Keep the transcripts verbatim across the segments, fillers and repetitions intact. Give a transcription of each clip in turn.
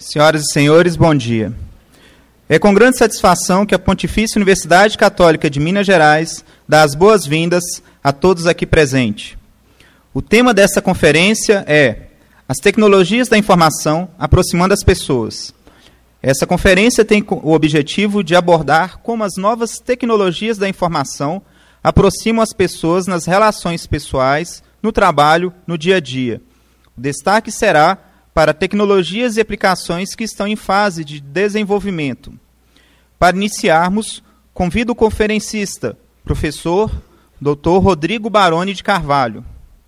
Senhoras e senhores, bom dia. É com grande satisfação que a Pontifícia Universidade Católica de Minas Gerais dá as boas-vindas a todos aqui presentes. O tema dessa conferência é As Tecnologias da Informação aproximando as pessoas. Essa conferência tem o objetivo de abordar como as novas tecnologias da informação aproximam as pessoas nas relações pessoais, no trabalho, no dia a dia. O destaque será para tecnologias e aplicações que estão em fase de desenvolvimento. Para iniciarmos, convido o conferencista, professor doutor Rodrigo Baroni de Carvalho.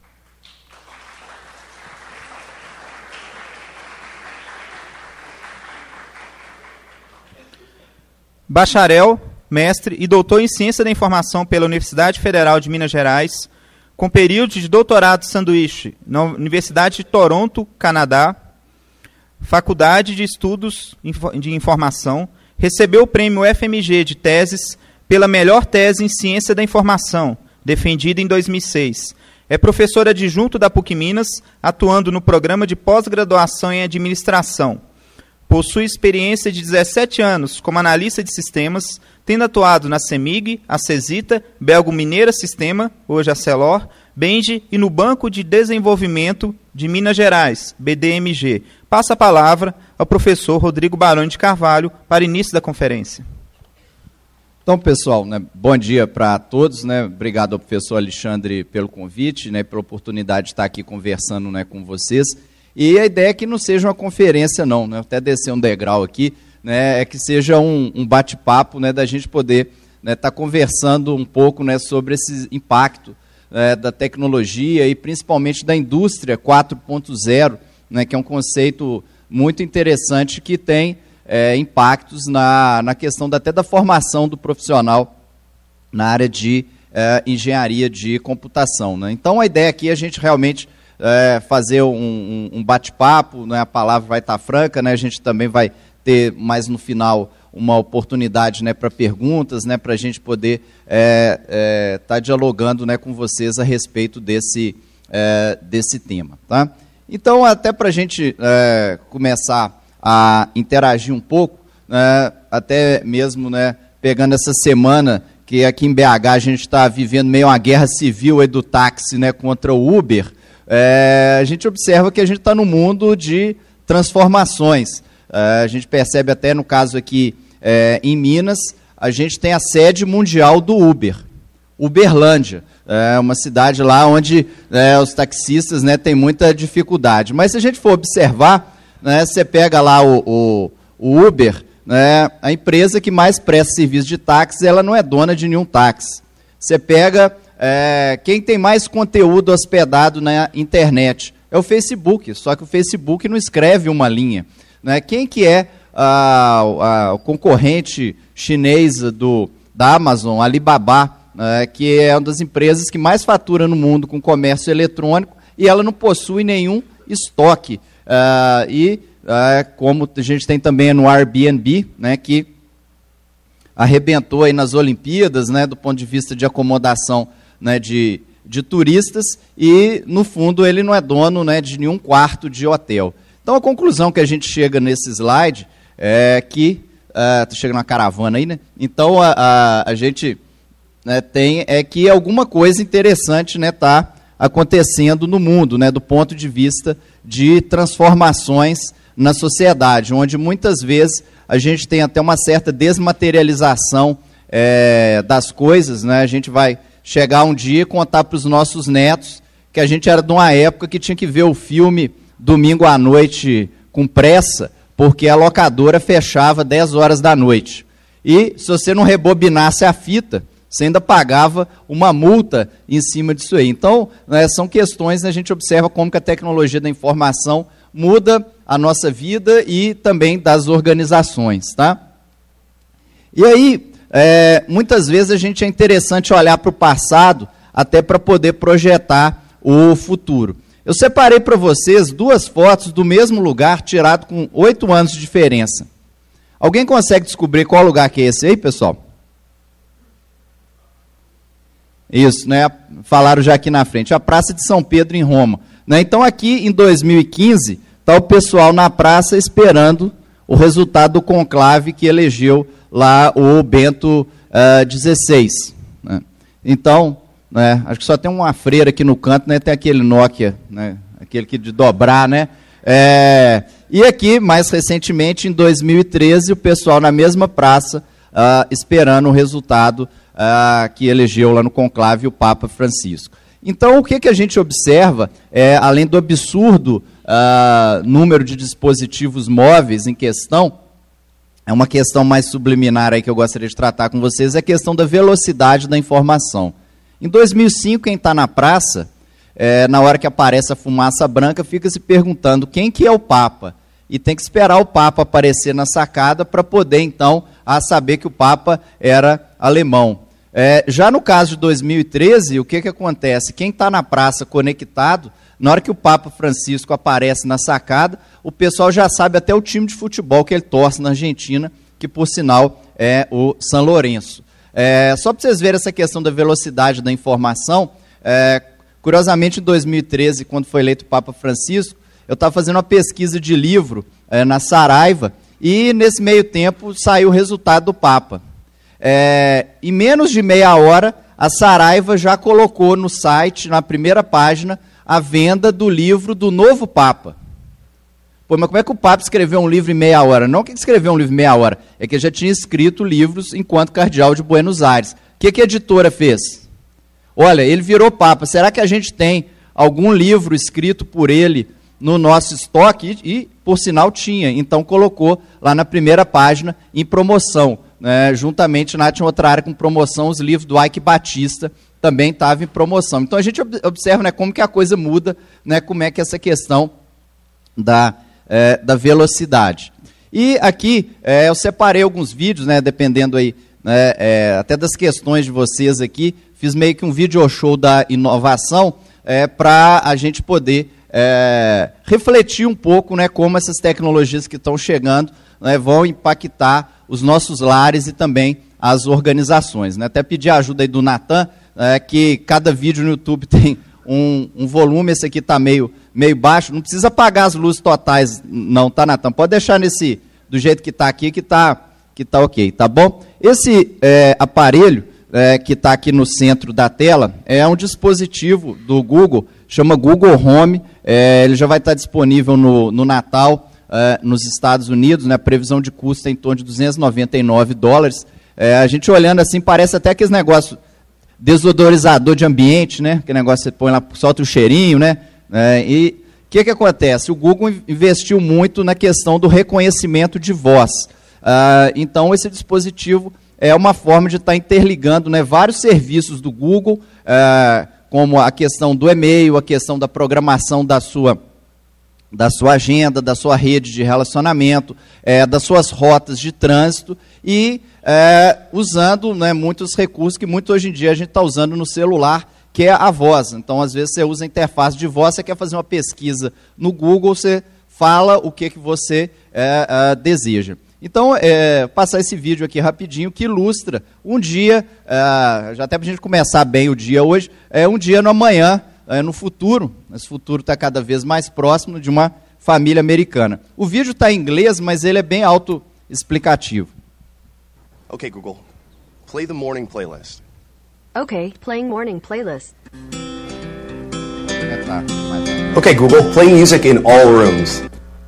Bacharel, mestre e doutor em Ciência da Informação pela Universidade Federal de Minas Gerais, com período de doutorado sanduíche na Universidade de Toronto, Canadá, Faculdade de Estudos de Informação, recebeu o prêmio F M G de teses pela melhor tese em Ciência da Informação, defendida em dois mil e seis. É professor adjunto da PUC Minas, atuando no programa de pós-graduação em Administração. Possui experiência de dezessete anos como analista de sistemas, tendo atuado na CEMIG, a CESITA, Belgo Mineira Sistema, hoje a Celor, Benji e no Banco de Desenvolvimento de Minas Gerais, B D M G. Passa a palavra ao professor Rodrigo Baroni de Carvalho para início da conferência. Então, pessoal, né, bom dia para todos, né, obrigado ao professor Alexandre pelo convite, né, pela oportunidade de estar aqui conversando, né, com vocês. E a ideia é que não seja uma conferência, não, né, até descer um degrau aqui, né, é que seja um, um bate-papo, né, da gente poder estar, né, tá conversando um pouco, né, sobre esse impacto, né, da tecnologia e principalmente da indústria quatro ponto zero, né, que é um conceito muito interessante que tem é, impactos na, na questão da, até da formação do profissional na área de é, engenharia de computação, né. Então, a ideia aqui é a gente realmente É, fazer um, um, um bate-papo, né, a palavra vai estar franca, né, a gente também vai ter mais no final uma oportunidade, né, para perguntas, né, para a gente poder estar é, é, tá dialogando, né, com vocês a respeito desse, é, desse tema. Tá? Então, até para a gente é, começar a interagir um pouco, né, até mesmo, né, pegando essa semana que aqui em B H a gente está vivendo meio uma guerra civil aí do táxi, né, contra o Uber. É, a gente observa que a gente está no mundo de transformações. É, a gente percebe até no caso aqui é, em Minas, a gente tem a sede mundial do Uber, Uberlândia, é uma cidade lá onde é, os taxistas, né, têm muita dificuldade. Mas se a gente for observar, né, você pega lá o, o, o Uber, né, a empresa que mais presta serviço de táxi, ela não é dona de nenhum táxi. Você pega... É, quem tem mais conteúdo hospedado na internet é o Facebook, só que o Facebook não escreve uma linha, né? Quem que é a, a, o concorrente chinês do, da Amazon, Alibaba, né? Que é uma das empresas que mais fatura no mundo com comércio eletrônico e ela não possui nenhum estoque. Uh, e uh, como a gente tem também no Airbnb, né, que arrebentou aí nas Olimpíadas, né, do ponto de vista de acomodação, né, de, de turistas, e, no fundo, ele não é dono, né, de nenhum quarto de hotel. Então, a conclusão que a gente chega nesse slide é que... Uh, chega uma caravana aí, né? Então, a, a, a gente, né, tem é que alguma coisa interessante, né, está acontecendo no mundo, né, do ponto de vista de transformações na sociedade, onde, muitas vezes, a gente tem até uma certa desmaterialização é, das coisas, né? A gente vai chegar um dia e contar para os nossos netos que a gente era de uma época que tinha que ver o filme domingo à noite com pressa, porque a locadora fechava dez horas da noite. E se você não rebobinasse a fita, você ainda pagava uma multa em cima disso aí. Então, né, são questões, né, a gente observa como que a tecnologia da informação muda a nossa vida e também das organizações, tá? E aí, é, muitas vezes a gente é interessante olhar para o passado até para poder projetar o futuro. Eu separei para vocês duas fotos do mesmo lugar, tirado com oito anos de diferença. Alguém consegue descobrir qual lugar que é esse aí, pessoal? Isso, né? Falaram já aqui na frente, a Praça de São Pedro, em Roma. Né? Então, aqui em dois mil e quinze, está o pessoal na praça esperando o resultado do conclave que elegeu lá o Bento uh, dezesseis. Né? Então, né, acho que só tem uma freira aqui no canto, né, tem aquele Nokia, né, aquele que de dobrar, né? É, e aqui, mais recentemente, em dois mil e treze, o pessoal na mesma praça, uh, esperando o resultado uh, que elegeu lá no conclave o Papa Francisco. Então, o que, que a gente observa, é, além do absurdo uh, número de dispositivos móveis em questão, é uma questão mais subliminar aí que eu gostaria de tratar com vocês, é a questão da velocidade da informação. Em dois mil e cinco, quem está na praça, é, na hora que aparece a fumaça branca, fica se perguntando quem que é o Papa. E tem que esperar o Papa aparecer na sacada para poder, então, a saber que o Papa era alemão. É, já no caso de dois mil e treze, o que, que acontece? Quem está na praça conectado, na hora que o Papa Francisco aparece na sacada, o pessoal já sabe até o time de futebol que ele torce na Argentina, que por sinal é o São Lourenço. É, só para vocês verem essa questão da velocidade da informação, é, curiosamente em dois mil e treze, quando foi eleito o Papa Francisco, eu estava fazendo uma pesquisa de livro é, na Saraiva, e nesse meio tempo saiu o resultado do Papa. É, em menos de meia hora, a Saraiva já colocou no site, na primeira página, a venda do livro do novo Papa. Pô, mas como é que o Papa escreveu um livro em meia hora? Não que ele escreveu um livro em meia hora, é que ele já tinha escrito livros enquanto cardeal de Buenos Aires. O que, que a editora fez? Olha, ele virou Papa, será que a gente tem algum livro escrito por ele no nosso estoque? E, e por sinal, tinha. Então, colocou lá na primeira página, em promoção. É, juntamente na tinha outra área com promoção, os livros do Ike Batista também estavam em promoção. Então a gente observa, né, como que a coisa muda, né, como é que essa questão da, é, da velocidade. E aqui é, eu separei alguns vídeos, né, dependendo aí, né, é, até das questões de vocês aqui, fiz meio que um video show da inovação é, para a gente poder é, refletir um pouco, né, como essas tecnologias que estão chegando, né, vão impactar os nossos lares e também as organizações. Né? Até pedir a ajuda aí do Natan, é, que cada vídeo no YouTube tem um, um volume, esse aqui está meio, meio baixo, não precisa apagar as luzes totais não, tá, Natan? Pode deixar nesse, do jeito que está aqui, que está que tá ok, tá bom? Esse é, aparelho é, que está aqui no centro da tela é um dispositivo do Google, chama Google Home, é, ele já vai estar disponível no, no Natal, Uh, nos Estados Unidos, né, a previsão de custo é em torno de duzentos e noventa e nove dólares. É, a gente olhando assim, parece até aqueles negócios desodorizador de ambiente, né, que negócio você põe lá, solta o cheirinho, né, é, e o que, que acontece? O Google investiu muito na questão do reconhecimento de voz. Uh, então, esse dispositivo é uma forma de estar interligando, né, vários serviços do Google, uh, como a questão do e-mail, a questão da programação da sua da sua agenda, da sua rede de relacionamento, é, das suas rotas de trânsito e é, usando, né, muitos recursos que muito hoje em dia a gente está usando no celular, que é a voz. Então, às vezes, você usa a interface de voz, você quer fazer uma pesquisa no Google, você fala o que, que você é, é, deseja. Então, é, passar esse vídeo aqui rapidinho, que ilustra um dia, é, já até para a gente começar bem o dia hoje, é um dia no amanhã, É, no futuro, esse futuro está cada vez mais próximo de uma família americana. O vídeo está em inglês, mas ele é bem autoexplicativo. Okay, Google, play the morning playlist. Okay, playing morning playlist. É, tá, mas... Okay, Google, play music in all rooms.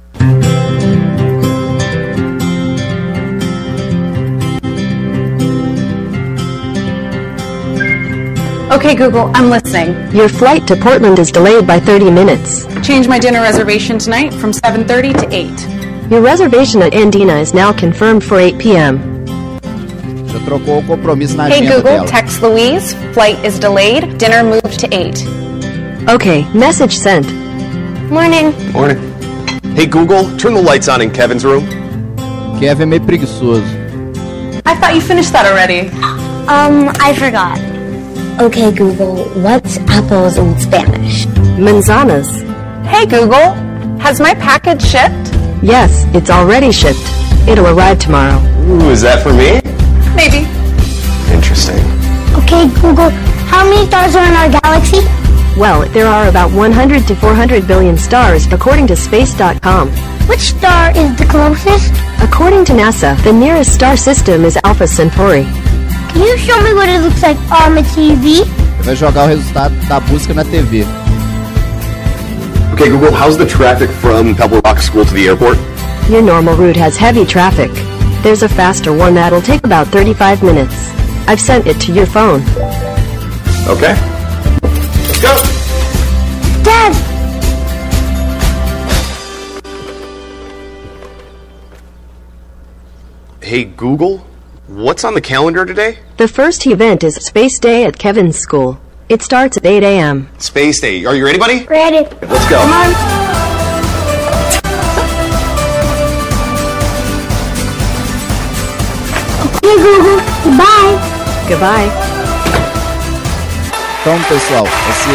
Okay, Google, I'm listening. Your flight to Portland is delayed by thirty minutes. Change my dinner reservation tonight from seven thirty to eight. Your reservation at Andina is now confirmed for eight p m Já trocou o compromisso na Hey, agenda Google, dela. text Louise. Flight is delayed. Dinner moved to eight. Okay, message sent. Morning. Morning. Hey, Google, turn the lights on in Kevin's room. Kevin é meio preguiçoso. I thought you finished that already. Um, I forgot. Okay, Google, what's apples in Spanish? Manzanas. Hey, Google, has my package shipped? Yes, it's already shipped. It'll arrive tomorrow. Ooh, is that for me? Maybe. Interesting. Okay, Google, how many stars are in our galaxy? Well, there are about one hundred to four hundred billion stars, according to space dot com. Which star is the closest? According to NASA, the nearest star system is Alpha Centauri. Can you show me what it looks like on the T V? Vai jogar o resultado da busca na T V. Okay, Google, how's the traffic from Pebble Rock School to the airport? Your normal route has heavy traffic. There's a faster one that'll take about thirty-five minutes. I've sent it to your phone. Okay. Let's go! Dad! Hey, Google, what's on the calendar today? The first event is Space Day at Kevin's school. It starts at eight a m Space Day. Are you ready, buddy? Ready. Let's go. Come on. Okay, Google. Goodbye. Goodbye. Então, pessoal, esse,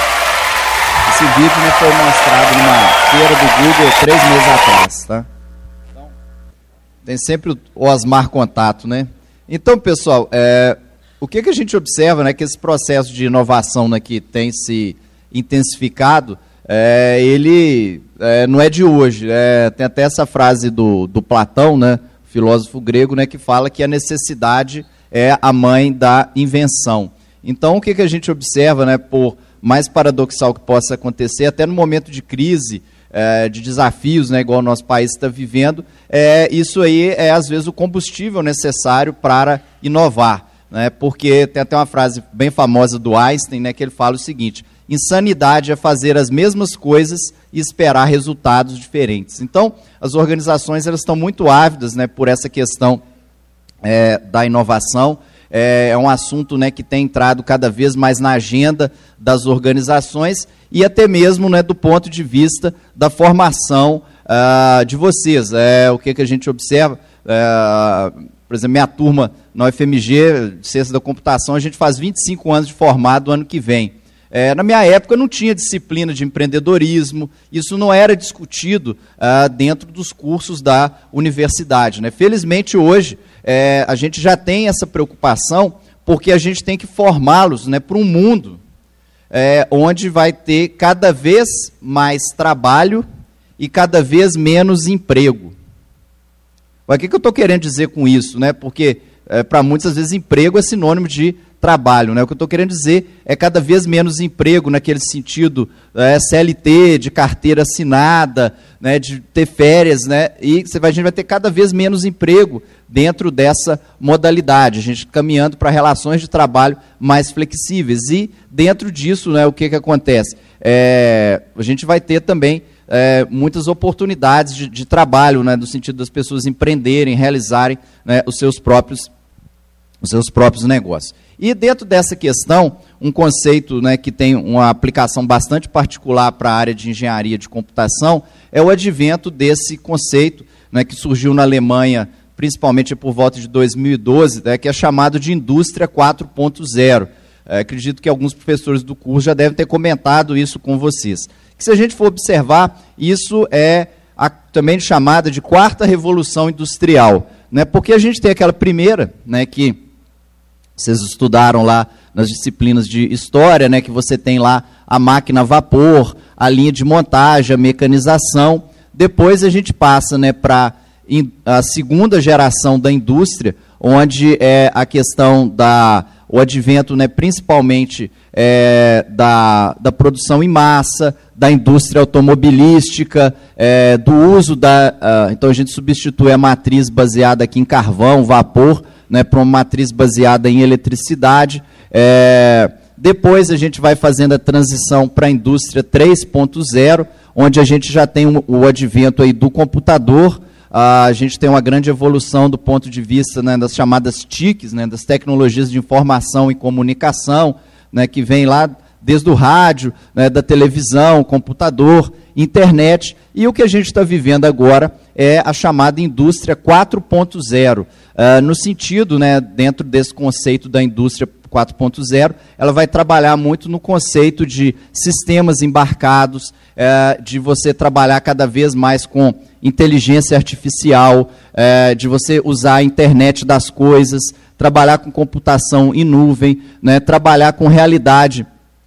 esse vídeo né, foi mostrado numa feira do Google três meses atrás, tá? Então, tem sempre o Osmar Contato, né? Então, pessoal, é, o que, que a gente observa, né, que esse processo de inovação né, que tem se intensificado, é, ele é, não é de hoje. É, tem até essa frase do, do Platão, né, filósofo grego, né, que fala que a necessidade é a mãe da invenção. Então, o que, que a gente observa, né, por mais paradoxal que possa acontecer, até no momento de crise, é, de desafios, né, igual o nosso país está vivendo, é, isso aí é, às vezes, o combustível necessário para inovar. Né, porque tem até uma frase bem famosa do Einstein, né, que ele fala o seguinte: insanidade é fazer as mesmas coisas e esperar resultados diferentes. Então, as organizações elas estão muito ávidas, né, por essa questão é, da inovação. É, é um assunto né, que tem entrado cada vez mais na agenda das organizações e até mesmo né, do ponto de vista da formação uh, de vocês. É, o que, que a gente observa, é, por exemplo, minha turma na U F M G, Ciência da Computação, a gente faz vinte e cinco anos de formado ano que vem. É, na minha época não tinha disciplina de empreendedorismo, isso não era discutido uh, dentro dos cursos da universidade. Né? Felizmente hoje é, a gente já tem essa preocupação porque a gente tem que formá-los né, para um mundo é, onde vai ter cada vez mais trabalho e cada vez menos emprego. O que, que eu estou querendo dizer com isso? Né? Porque é, para muitas às vezes emprego é sinônimo de trabalho, né? O que eu estou querendo dizer é cada vez menos emprego naquele sentido é, C L T, de carteira assinada, né, de ter férias, né, e você vai, a gente vai ter cada vez menos emprego dentro dessa modalidade, a gente caminhando para relações de trabalho mais flexíveis. E dentro disso, né, o que, que acontece? É, a gente vai ter também é, muitas oportunidades de, de trabalho, né, no sentido das pessoas empreenderem, realizarem né, os seus próprios os seus próprios negócios. E dentro dessa questão, um conceito né, que tem uma aplicação bastante particular para a área de engenharia de computação é o advento desse conceito né, que surgiu na Alemanha, principalmente por volta de dois mil e doze, né, que é chamado de indústria quatro ponto zero. É, acredito que alguns professores do curso já devem ter comentado isso com vocês. Que se a gente for observar, isso é a, também chamada de quarta revolução industrial. Né, porque a gente tem aquela primeira, né, que vocês estudaram lá nas disciplinas de história, né, que você tem lá a máquina a vapor, a linha de montagem, a mecanização. Depois a gente passa né, para a segunda geração da indústria, onde é a questão da o advento né, principalmente é, da, da produção em massa, da indústria automobilística, é, do uso da... Uh, então a gente substitui a matriz baseada aqui em carvão, vapor, né, para uma matriz baseada em eletricidade. É, depois a gente vai fazendo a transição para a indústria três ponto zero, onde a gente já tem o, o advento aí do computador. A gente tem uma grande evolução do ponto de vista né, das chamadas T I Cs, né, das tecnologias de informação e comunicação, né, que vem lá desde o rádio, né, da televisão, computador, internet. E o que a gente está vivendo agora é a chamada indústria quatro ponto zero. Uh, no sentido, né, dentro desse conceito da indústria quatro ponto zero, ela vai trabalhar muito no conceito de sistemas embarcados, uh, de você trabalhar cada vez mais com inteligência artificial, uh, de você usar a internet das coisas, trabalhar com computação em nuvem, né, trabalhar com realidade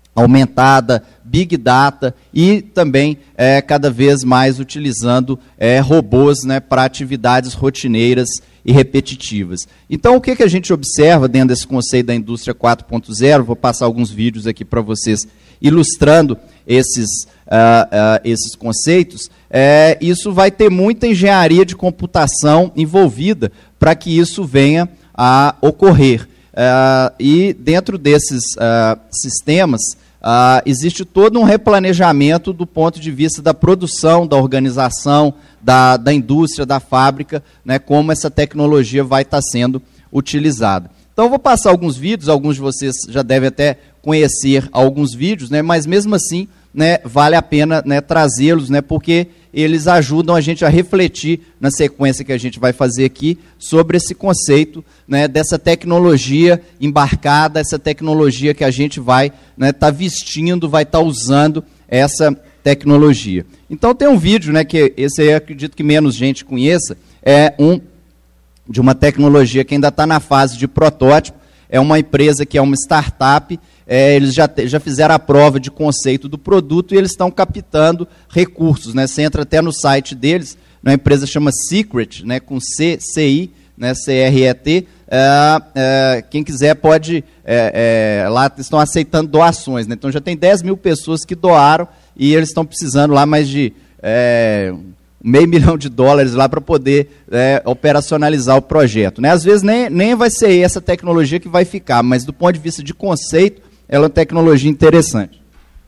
aumentada, Big Data e também é, cada vez mais utilizando é, robôs, né, para atividades rotineiras e repetitivas. Então, o que, que a gente observa dentro desse conceito da indústria quatro ponto zero? Vou passar alguns vídeos aqui para vocês ilustrando esses, uh, uh, esses conceitos. É, isso vai ter muita engenharia de computação envolvida para que isso venha a ocorrer. Uh, e dentro desses uh, sistemas, uh, existe todo um replanejamento do ponto de vista da produção, da organização, da, da indústria, da fábrica, né, como essa tecnologia vai estar sendo utilizada. Então, eu vou passar alguns vídeos, alguns de vocês já devem até conhecer alguns vídeos, né, mas mesmo assim, né, vale a pena, né, trazê-los, né, porque eles ajudam a gente a refletir na sequência que a gente vai fazer aqui sobre esse conceito, né, dessa tecnologia embarcada, essa tecnologia que a gente vai estar, né, tá vestindo, vai estar tá usando essa tecnologia. Então tem um vídeo, né, que esse aí eu acredito que menos gente conheça, é um de uma tecnologia que ainda está na fase de protótipo, é uma empresa que é uma startup, é, eles já, te, já fizeram a prova de conceito do produto e eles estão captando recursos, né? Você entra até no site deles, uma empresa chama Secret, né, com C C I, né, C R E T, é, é, quem quiser pode, é, é, lá estão aceitando doações, né? Então já tem dez mil pessoas que doaram e eles estão precisando lá mais de é, meio milhão de dólares lá para poder é, operacionalizar o projeto, né? Às vezes nem, nem vai ser essa tecnologia que vai ficar, mas do ponto de vista de conceito, ela é uma tecnologia interessante.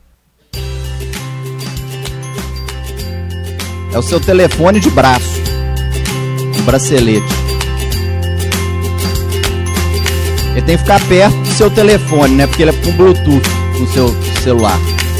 É o seu telefone de braço, um bracelete. Ele tem que ficar perto do seu telefone, né? Porque ele é com Bluetooth no seu celular.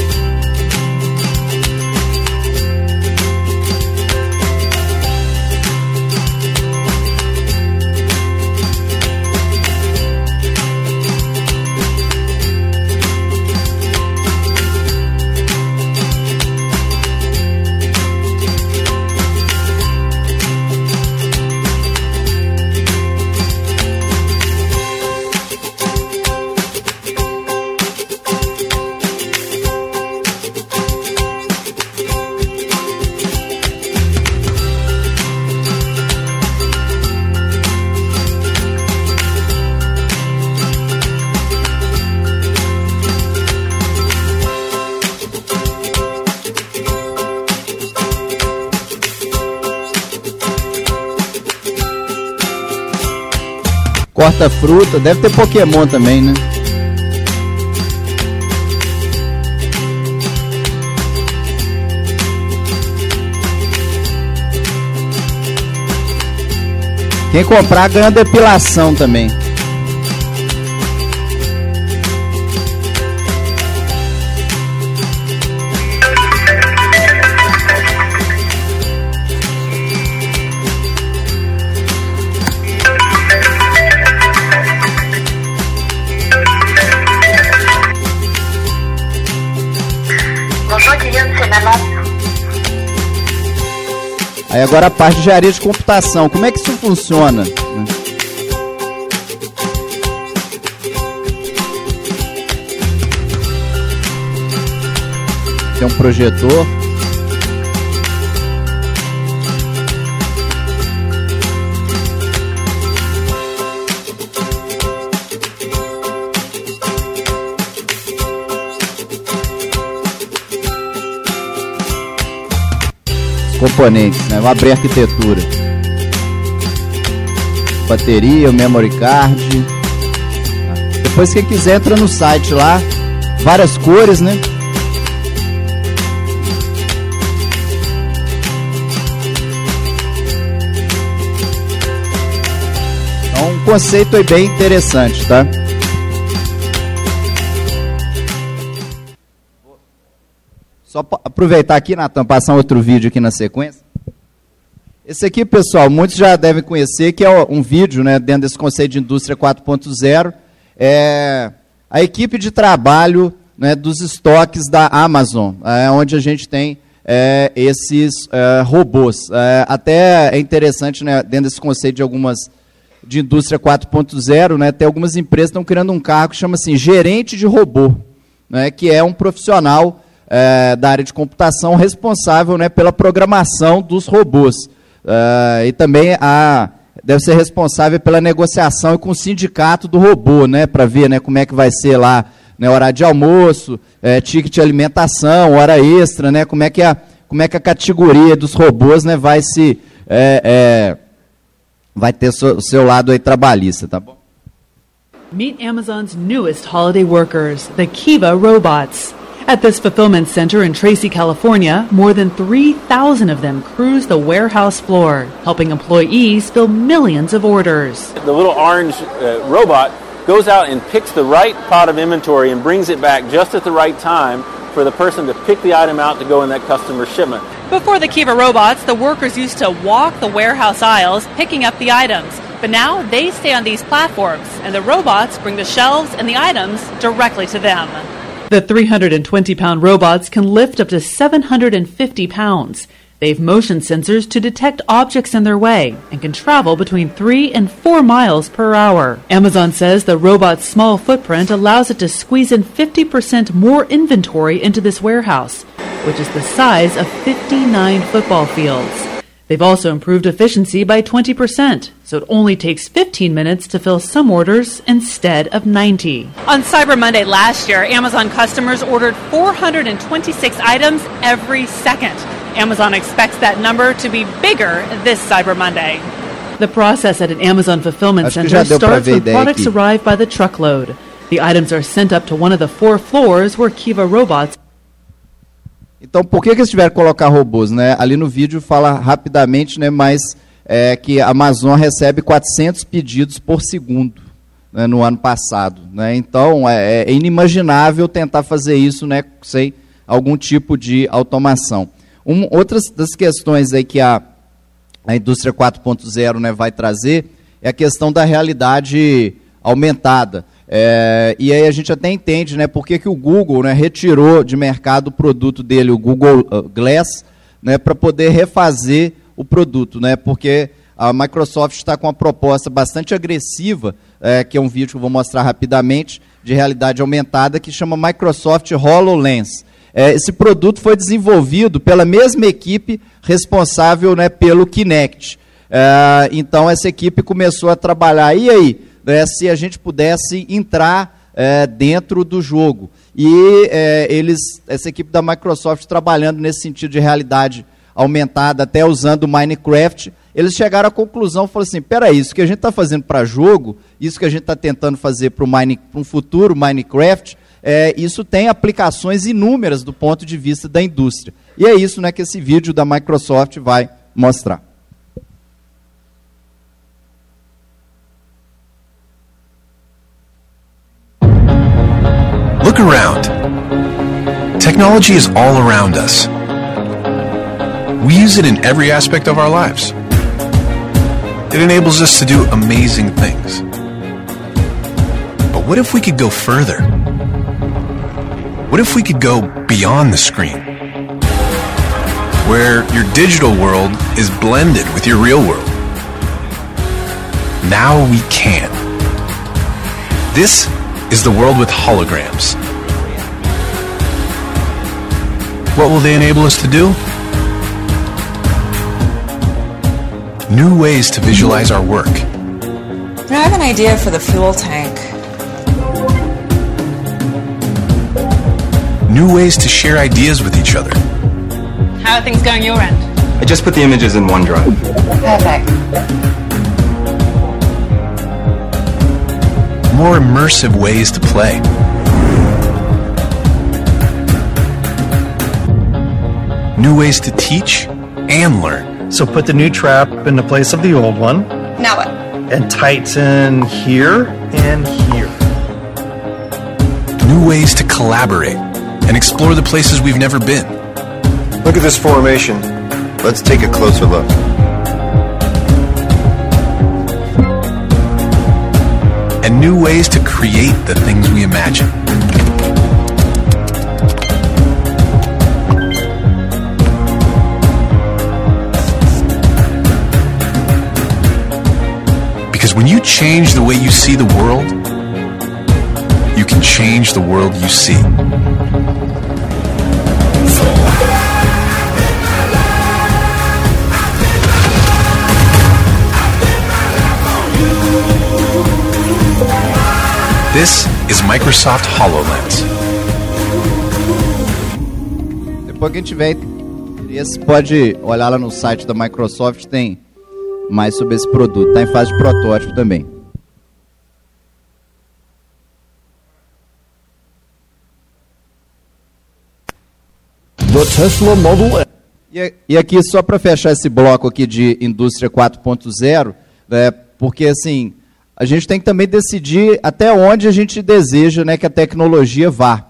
Corta fruta, deve ter Pokémon também, né? Quem comprar ganha depilação também. Aí agora a parte de engenharia de computação. Como é que isso funciona? Tem um projetor. Componentes, né? Vou abrir a arquitetura. Bateria, o memory card. Depois, quem quiser, entra no site lá. Várias cores, né? Então, um conceito aí bem interessante, tá? Só aproveitar aqui, Natan, passar um outro vídeo aqui na sequência. Esse aqui, pessoal, muitos já devem conhecer, que é um vídeo, né, dentro desse conceito de indústria quatro ponto zero. É a equipe de trabalho, né, dos estoques da Amazon, é, onde a gente tem é, esses é, robôs. É, até é interessante, né, dentro desse conceito de algumas de indústria quatro ponto zero, né, tem algumas empresas que estão criando um cargo que chama assim, gerente de robô. né, que é um profissional é, da área de computação responsável, né, pela programação dos robôs. Uh, e também a, deve ser responsável pela negociação e com o sindicato do robô, né, para ver, né, como é que vai ser lá, né, horário de almoço, é, ticket de alimentação, hora extra, né, como é que a, como é que a categoria dos robôs, né, vai se é, é, vai ter o seu lado aí trabalhista, tá bom? Meet Amazon's newest holiday workers, the Kiva robots. At this fulfillment center in Tracy, California, more than three thousand of them cruise the warehouse floor, helping employees fill millions of orders. The little orange uh, robot goes out and picks the right pot of inventory and brings it back just at the right time for the person to pick the item out to go in that customer's shipment. Before the Kiva robots, the workers used to walk the warehouse aisles picking up the items. But now they stay on these platforms, and the robots bring the shelves and the items directly to them. The three hundred twenty pound robots can lift up to seven hundred fifty pounds. They have motion sensors to detect objects in their way and can travel between three and four miles per hour. Amazon says the robot's small footprint allows it to squeeze in fifty percent more inventory into this warehouse, which is the size of fifty-nine football fields. They've also improved efficiency by twenty percent, so it only takes fifteen minutes to fill some orders instead of ninety. On Cyber Monday last year, Amazon customers ordered four hundred twenty-six items every second. Amazon expects that number to be bigger this Cyber Monday. The process at an Amazon fulfillment center starts when products arrive by the truckload. The items are sent up to one of the four floors where Kiva robots. Então, por que que eles tiveram que colocar robôs, né? Ali no vídeo fala rapidamente, né, mas é, que a Amazon recebe quatrocentos pedidos por segundo, né, no ano passado, né? Então, é, é inimaginável tentar fazer isso, né, sem algum tipo de automação. Um, outras das questões aí que a, a indústria quatro ponto zero, né, vai trazer é a questão da realidade aumentada. É, e aí a gente até entende, né, por que que o Google, né, retirou de mercado o produto dele, o Google Glass, né, para poder refazer o produto, né, porque a Microsoft está com uma proposta bastante agressiva, é, que é um vídeo que eu vou mostrar rapidamente, de realidade aumentada, que chama Microsoft HoloLens. É, esse produto foi desenvolvido pela mesma equipe responsável, né, pelo Kinect. É, então essa equipe começou a trabalhar, e aí? É, se a gente pudesse entrar é, dentro do jogo. E é, eles, essa equipe da Microsoft trabalhando nesse sentido de realidade aumentada, até usando o Minecraft, eles chegaram à conclusão, falaram assim, peraí, isso que a gente está fazendo para jogo, isso que a gente está tentando fazer para um futuro Minecraft, é, isso tem aplicações inúmeras do ponto de vista da indústria. E é isso, né, que esse vídeo da Microsoft vai mostrar. Look around. Technology is all around us. We use it in every aspect of our lives. It enables us to do amazing things. But what if we could go further? What if we could go beyond the screen? Where your digital world is blended with your real world. Now we can. This is the world with holograms. What will they enable us to do? New ways to visualize our work. I have an idea for the fuel tank. New ways to share ideas with each other. How are things going your end? I just put the images in OneDrive. Perfect. More immersive ways to play. New ways to teach and learn. So put the new trap in the place of the old one. Now what? And tighten here and here. New ways to collaborate and explore the places we've never been. Look at this formation. Let's take a closer look. And new ways to create the things we imagine. Because when you change the way you see the world, you can can change the world you see. This is Microsoft HoloLens. Depois que a gente tiver esse, pode olhar lá no site da Microsoft, tem mais sobre esse produto. Está em fase de protótipo também. The Tesla Model S. E, e aqui, só para fechar esse bloco aqui de indústria quatro ponto zero, é, porque assim, a gente tem que também decidir até onde a gente deseja, né, que a tecnologia vá.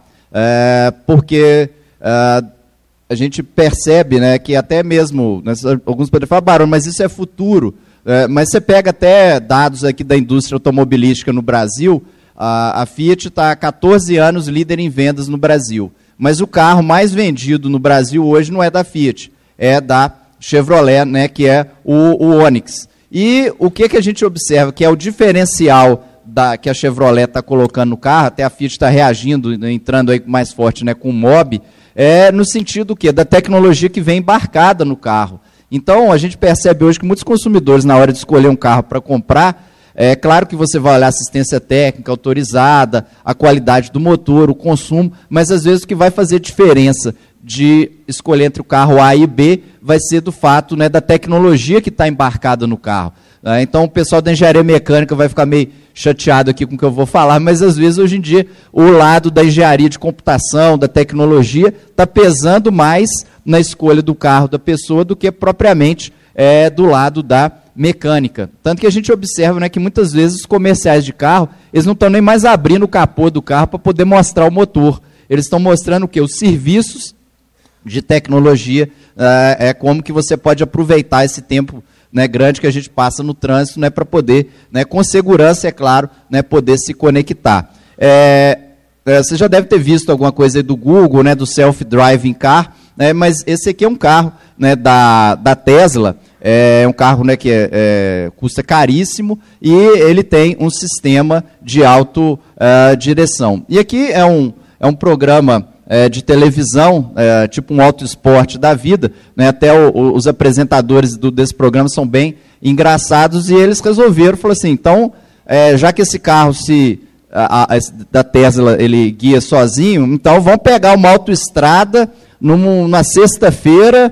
É, porque é, a gente percebe, né, que até mesmo, né, alguns podem falar, Barão, mas isso é futuro. É, mas você pega até dados aqui da indústria automobilística no Brasil, a, a Fiat está há quatorze anos líder em vendas no Brasil. Mas o carro mais vendido no Brasil hoje não é da Fiat, é da Chevrolet, né, que é o, o Onix. E o que, que a gente observa, que é o diferencial da, que a Chevrolet está colocando no carro, até a Fiat está reagindo, entrando aí mais forte, né, com o Mobi, é no sentido do quê? Da tecnologia que vem embarcada no carro. Então, a gente percebe hoje que muitos consumidores, na hora de escolher um carro para comprar, é claro que você vai olhar a assistência técnica autorizada, a qualidade do motor, o consumo, mas às vezes o que vai fazer diferença de escolher entre o carro A e B vai ser do fato, né, da tecnologia que está embarcada no carro. É, então o pessoal da engenharia mecânica vai ficar meio chateado aqui com o que eu vou falar, mas às vezes hoje em dia o lado da engenharia de computação, da tecnologia, está pesando mais na escolha do carro da pessoa do que propriamente é, do lado da mecânica. Tanto que a gente observa, né, que muitas vezes os comerciais de carro, eles não estão nem mais abrindo o capô do carro para poder mostrar o motor. Eles estão mostrando o quê? Os serviços de tecnologia, uh, é como que você pode aproveitar esse tempo, né, grande que a gente passa no trânsito, né, para poder, né, com segurança, é claro, né, poder se conectar. É, é, você já deve ter visto alguma coisa aí do Google, né, do Self-Driving Car, né, mas esse aqui é um carro, né, da, da Tesla, é um carro, né, que é, é, custa caríssimo e ele tem um sistema de autodireção. Uh, e aqui é um, é um programa é, de televisão, é, tipo um autoesporte da vida, né, até o, o, os apresentadores do, desse programa são bem engraçados e eles resolveram, falaram assim, então, é, já que esse carro se, a, a, da Tesla ele guia sozinho, então vamos pegar uma autoestrada numa sexta-feira,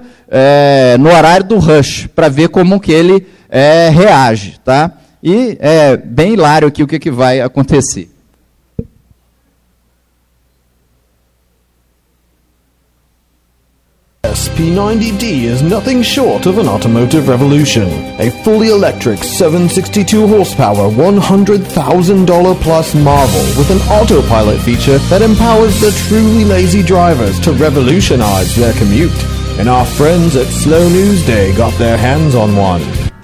é, no horário do rush, para ver como que ele é, reage, tá? E é bem hilário aqui o que, que vai acontecer. S P ninety D is nothing short of an automotive revolution. A fully electric seven hundred sixty-two horsepower, one hundred thousand dollars plus marvel with an autopilot feature that empowers the truly lazy drivers to revolutionize their commute. And our friends at Slow News Day got their hands on one.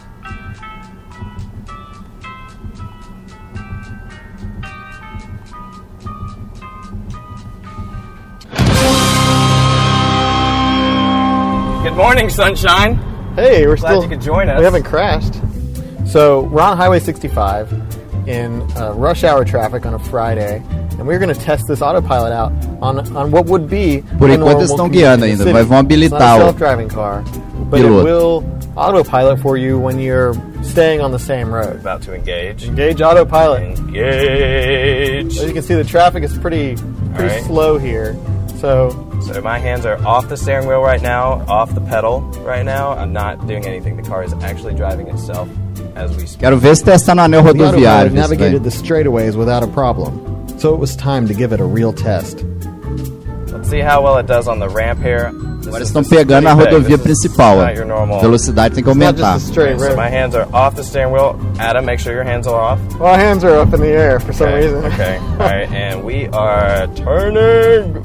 Good morning, sunshine. Hey, we're Glad still. you could join us. We haven't crashed. So we're on Highway sixty-five in uh, rush hour traffic on a Friday, and we're going to test this autopilot out on on what would be. Por enquanto eles estão guiando ainda, mas vão habilitar o self-driving car, but piloto. It will autopilot for you when you're staying on the same road. About to engage. Engage autopilot. Engage. As you can see, the traffic is pretty pretty right. slow here. So. So my hands are off the steering wheel right now, off the pedal right now. I'm not doing anything. The car is actually driving itself as we speak. Quero ver se testar no anel rodoviário. We navigated the straightaways without a problem. So it was time to give it a real test. Let's see how well it does on the ramp here. Agora estão pegando a rodovia principal. A velocidade tem que aumentar. Right, so my hands are off the steering wheel. Adam, make sure your hands are off. Well, our hands are up in the air for okay, some reason. Okay, all right, and we are turning.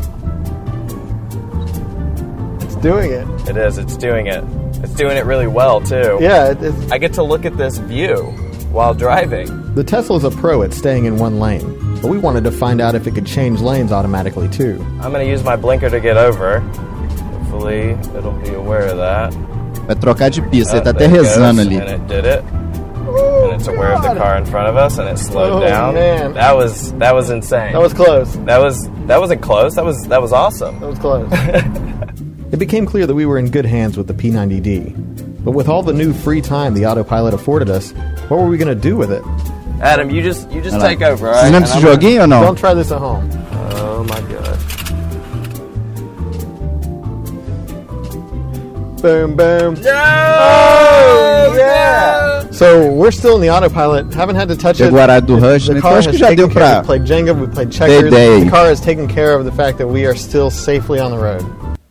Doing it. It is. It's doing it. It's doing it really well too. Yeah, it, it's, I get to look at this view while driving. The Tesla's a pro at staying in one lane, but we wanted to find out if it could change lanes automatically too. I'm going to use my blinker to get over. Hopefully, it'll be aware of that. Vai trocar de pista. Oh, ele tá até rezando ali. And it did it. And and it's aware of the car in front of us, and it slowed Oh, down. man. That was that was insane. That was close. That was that wasn't close. That was that was awesome. That was close. It became clear that we were in good hands with the P ninety D. But with all the new free time the autopilot afforded us, what were we going to do with it? Adam, you just you just Olha lá. take over, all Vocês right? lembram And desse I'm gonna- joguinho ou não? Don't try this at home. Oh my god. Boom, boom. Oh, yeah! So we're still in the autopilot. Haven't had to touch Chegou it. o horário do Rush, The né? Então car acho que has já taken deu care- pra We played Jenga, we played ter checkers. ideia. The car has taken care of the fact that we are still safely on the road.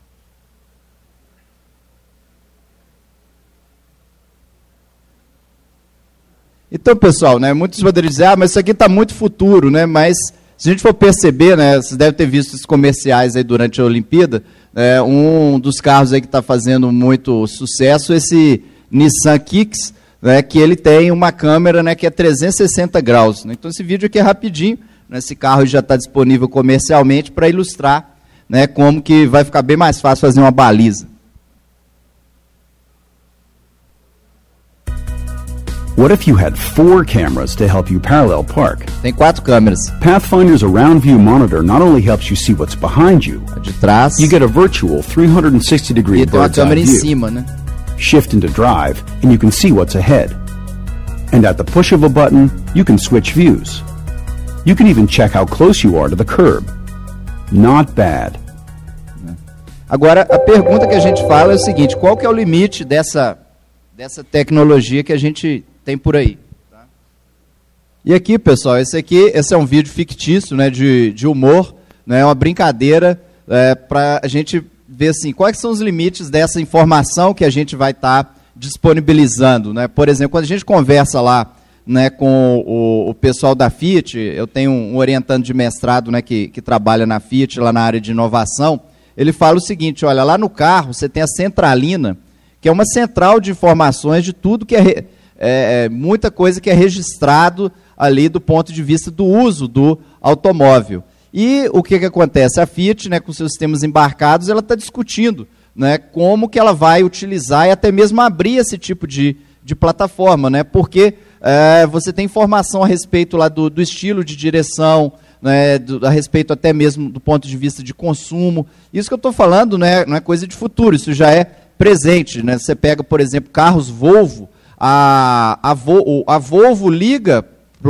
Então, pessoal, né, muitos poderiam dizer, ah, mas isso aqui está muito futuro, né? Mas se a gente for perceber, né, vocês devem ter visto os comerciais aí durante a Olimpíada, é, um dos carros aí que está fazendo muito sucesso, esse Nissan Kicks, né, que ele tem uma câmera, né, que é trezentos e sessenta graus. Né? Então esse vídeo aqui é rapidinho, né, esse carro já está disponível comercialmente para ilustrar, né, como que vai ficar bem mais fácil fazer uma baliza. What if you had four cameras to help you parallel park? Tem quatro câmeras. Pathfinder's Around View monitor not only helps you see what's behind you, de trás. You get a virtual three hundred sixty degree E tem uma bird's eye câmera em view. cima, né? Shift into drive and you can see what's ahead. And at the push of a button, you can switch views. You can even check how close you are to the curb. Not bad. Agora, a pergunta que a gente fala é o seguinte, qual que é o limite dessa, dessa tecnologia que a gente tem por aí? Tá? E aqui, pessoal, esse aqui esse é um vídeo fictício, né, de, de humor, né, uma brincadeira é, para a gente ver assim, quais são os limites dessa informação que a gente vai estar tá disponibilizando. Né? Por exemplo, quando a gente conversa lá, né, com o, o pessoal da Fiat, eu tenho um orientando de mestrado, né, que, que trabalha na Fiat, lá na área de inovação, ele fala o seguinte, olha, lá no carro você tem a centralina, que é uma central de informações de tudo que é, é, é muita coisa que é registrado ali do ponto de vista do uso do automóvel. E o que, que acontece? A Fiat, né, com seus sistemas embarcados, ela está discutindo, né, como que ela vai utilizar e até mesmo abrir esse tipo de, de plataforma, né, porque é, você tem informação a respeito lá do, do estilo de direção, né, do, a respeito até mesmo do ponto de vista de consumo. Isso que eu estou falando, né, não é coisa de futuro, isso já é presente. Né? Você pega, por exemplo, carros Volvo, a, a, Vo, a Volvo liga para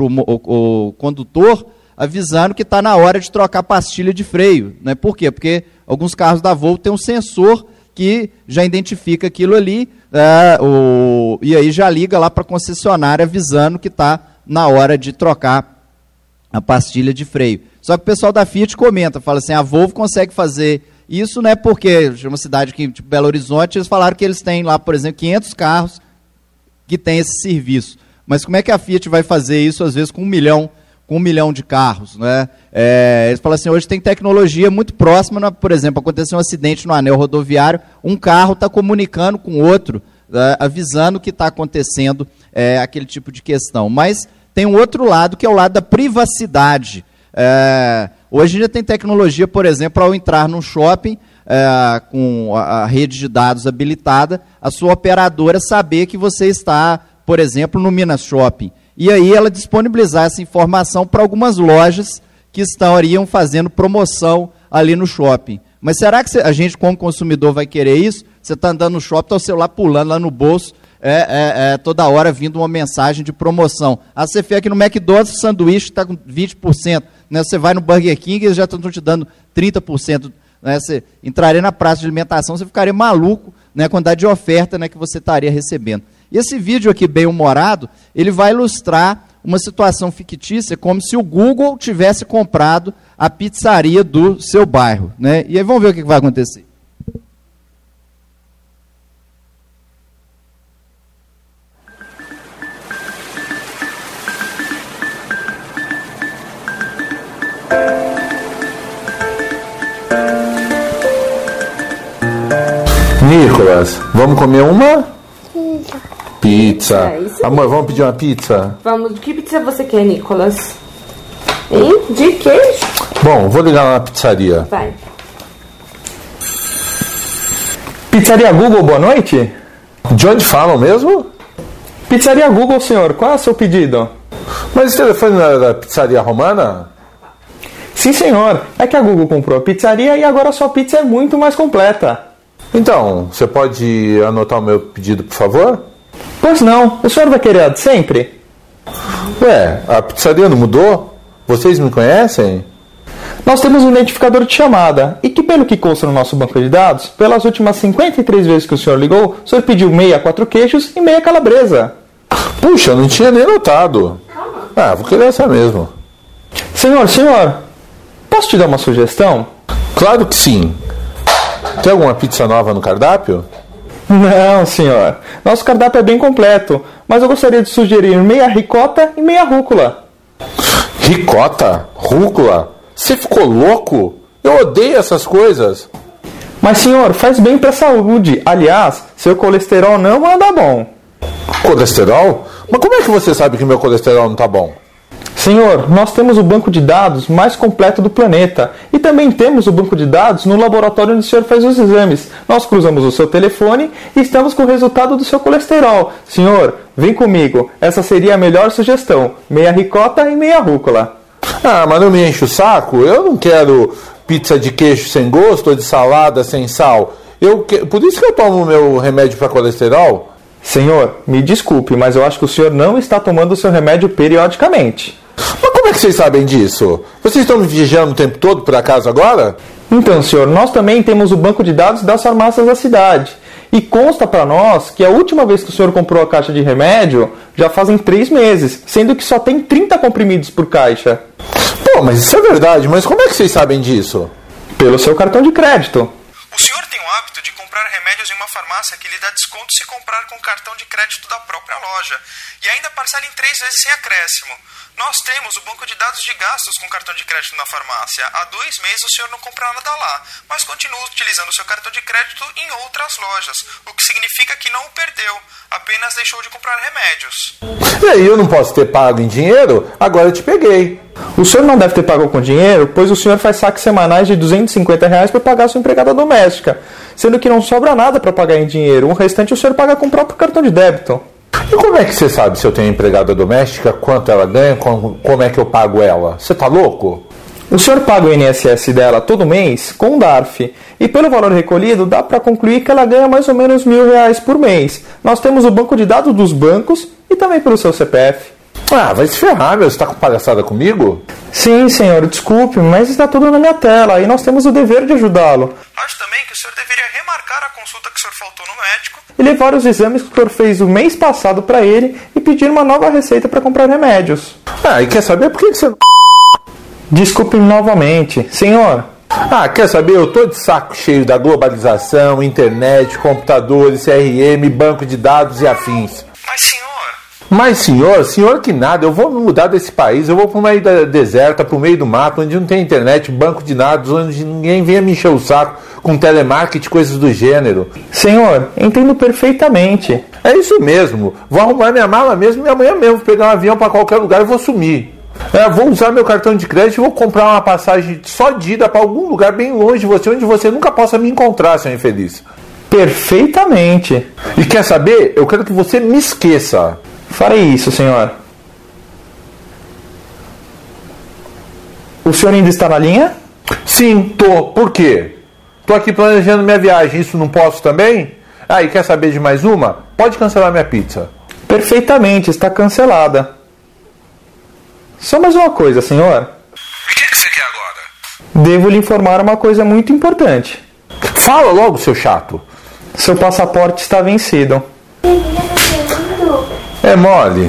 o condutor avisando que está na hora de trocar pastilha de freio. Né? Por quê? Porque alguns carros da Volvo têm um sensor que já identifica aquilo ali, é, o, e aí já liga lá para a concessionária avisando que está na hora de trocar a pastilha de freio. Só que o pessoal da Fiat comenta, fala assim, a Volvo consegue fazer isso, né, porque é uma cidade aqui, tipo Belo Horizonte, eles falaram que eles têm lá, por exemplo, quinhentos carros que têm esse serviço. Mas como é que a Fiat vai fazer isso, às vezes, com um milhão com um milhão de carros, né? É, eles falam assim, hoje tem tecnologia muito próxima, né? Por exemplo, aconteceu um acidente no anel rodoviário, um carro está comunicando com outro, né, avisando que está acontecendo é, aquele tipo de questão. Mas tem um outro lado, que é o lado da privacidade. É, hoje já tem tecnologia, por exemplo, para ao entrar num shopping, é, com a, a rede de dados habilitada, a sua operadora saber que você está, por exemplo, no Minas Shopping. E aí ela disponibilizar essa informação para algumas lojas que estariam fazendo promoção ali no shopping. Mas será que a gente, como consumidor, vai querer isso? Você está andando no shopping, está o celular pulando lá no bolso, é, é, é, toda hora vindo uma mensagem de promoção. Ah, você fica aqui no McDonald's, o sanduíche está com vinte por cento. Né? Você vai no Burger King, eles já estão te dando trinta por cento. Né? Você entraria na praça de alimentação, você ficaria maluco, né, a quantidade de oferta, né, que você estaria recebendo. E esse vídeo aqui, bem humorado, ele vai ilustrar uma situação fictícia, como se o Google tivesse comprado a pizzaria do seu bairro. Né? E aí vamos ver o que vai acontecer. Nicolas, vamos comer uma? Pizza. É isso. Amor, vamos pedir uma pizza? Vamos, que pizza você quer, Nicolas? Hein? De queijo? Bom, vou ligar lá na pizzaria. Vai. Pizzaria Google, boa noite? De onde falam mesmo? Pizzaria Google, senhor. Qual é o seu pedido? Mas esse telefone não era da Pizzaria Romana? Sim, senhor. É que a Google comprou a pizzaria e agora a sua pizza é muito mais completa. Então, você pode anotar o meu pedido, por favor? Pois não. O senhor vai querer a de sempre? Ué, a pizzaria não mudou? Vocês me conhecem? Nós temos um identificador de chamada e que, pelo que consta no nosso banco de dados, pelas últimas cinquenta e três vezes que o senhor ligou, o senhor pediu meia quatro queijos e meia calabresa. Puxa, eu não tinha nem notado. Ah, vou querer essa mesmo. Senhor, senhor, posso te dar uma sugestão? Claro que sim. Tem alguma pizza nova no cardápio? Não, senhor. Nosso cardápio é bem completo, mas eu gostaria de sugerir meia ricota e meia rúcula. Ricota? Rúcula? Você ficou louco? Eu odeio essas coisas. Mas, senhor, faz bem pra saúde. Aliás, seu colesterol não anda bom. Colesterol? Mas como é que você sabe que meu colesterol não tá bom? Senhor, nós temos o banco de dados mais completo do planeta. E também temos o banco de dados no laboratório onde o senhor faz os exames. Nós cruzamos o seu telefone e estamos com o resultado do seu colesterol. Senhor, vem comigo. Essa seria a melhor sugestão. Meia ricota e meia rúcula. Ah, mas não me enche o saco. Eu não quero pizza de queijo sem gosto ou de salada sem sal. Eu que... Por isso que eu tomo meu remédio para colesterol. Senhor, me desculpe, mas eu acho que o senhor não está tomando o seu remédio periodicamente. Mas como é que vocês sabem disso? Vocês estão me vigiando o tempo todo, por acaso, agora? Então, senhor, nós também temos o banco de dados das farmácias da cidade. E consta para nós que a última vez que o senhor comprou a caixa de remédio já fazem três meses, sendo que só tem trinta comprimidos por caixa. Pô, mas isso é verdade, mas como é que vocês sabem disso? Pelo seu cartão de crédito. O senhor tem o hábito de comprar remédios em uma farmácia que lhe dá desconto se comprar com o cartão de crédito da própria loja. E ainda parcela em três vezes sem acréscimo. Nós temos o banco de dados de gastos com cartão de crédito na farmácia. Há dois meses o senhor não compra nada lá, mas continua utilizando o seu cartão de crédito em outras lojas, o que significa que não o perdeu, apenas deixou de comprar remédios. E aí, eu não posso ter pago em dinheiro? Agora eu te peguei. O senhor não deve ter pago com dinheiro, pois o senhor faz saques semanais de duzentos e cinquenta reais para pagar sua empregada doméstica, sendo que não sobra nada para pagar em dinheiro. O restante o senhor paga com o próprio cartão de débito. E como é que você sabe se eu tenho empregada doméstica, quanto ela ganha, como, como é que eu pago ela? Você tá louco? O senhor paga o I N S S dela todo mês com o D A R F. E pelo valor recolhido, dá para concluir que ela ganha mais ou menos mil reais por mês. Nós temos o banco de dados dos bancos e também pelo seu C P F. Ah, vai se ferrar, meu. Você tá com palhaçada comigo? Sim, senhor, desculpe, mas está tudo na minha tela e nós temos o dever de ajudá-lo. Acho também que o senhor deveria remarcar a consulta que o senhor faltou no médico e levar os exames que o senhor fez o mês passado para ele e pedir uma nova receita para comprar remédios. Ah, e quer saber por que que você... Desculpe novamente, senhor. Ah, quer saber? Eu tô de saco cheio da globalização, internet, computadores, C R M, banco de dados e afins. Mas, senhor... Mas, senhor, senhor que nada, eu vou me mudar desse país, eu vou para uma ilha deserta, para o meio do mato, onde não tem internet, banco de dados, onde ninguém venha me encher o saco com telemarketing, coisas do gênero. Senhor, entendo perfeitamente. É isso mesmo, vou arrumar minha mala mesmo e amanhã mesmo vou pegar um avião para qualquer lugar e vou sumir. É, vou usar meu cartão de crédito e vou comprar uma passagem só de ida para algum lugar bem longe de você, onde você nunca possa me encontrar, seu infeliz. Perfeitamente. E quer saber? Eu quero que você me esqueça. Farei isso, senhor. O senhor ainda está na linha? Sim, tô. Por quê? Tô aqui planejando minha viagem. Isso não posso também? Ah, e quer saber de mais uma? Pode cancelar minha pizza. Perfeitamente, está cancelada. Só mais uma coisa, senhor. O que, que você quer agora? Devo lhe informar uma coisa muito importante. Fala logo, seu chato. Seu passaporte está vencido. É mole.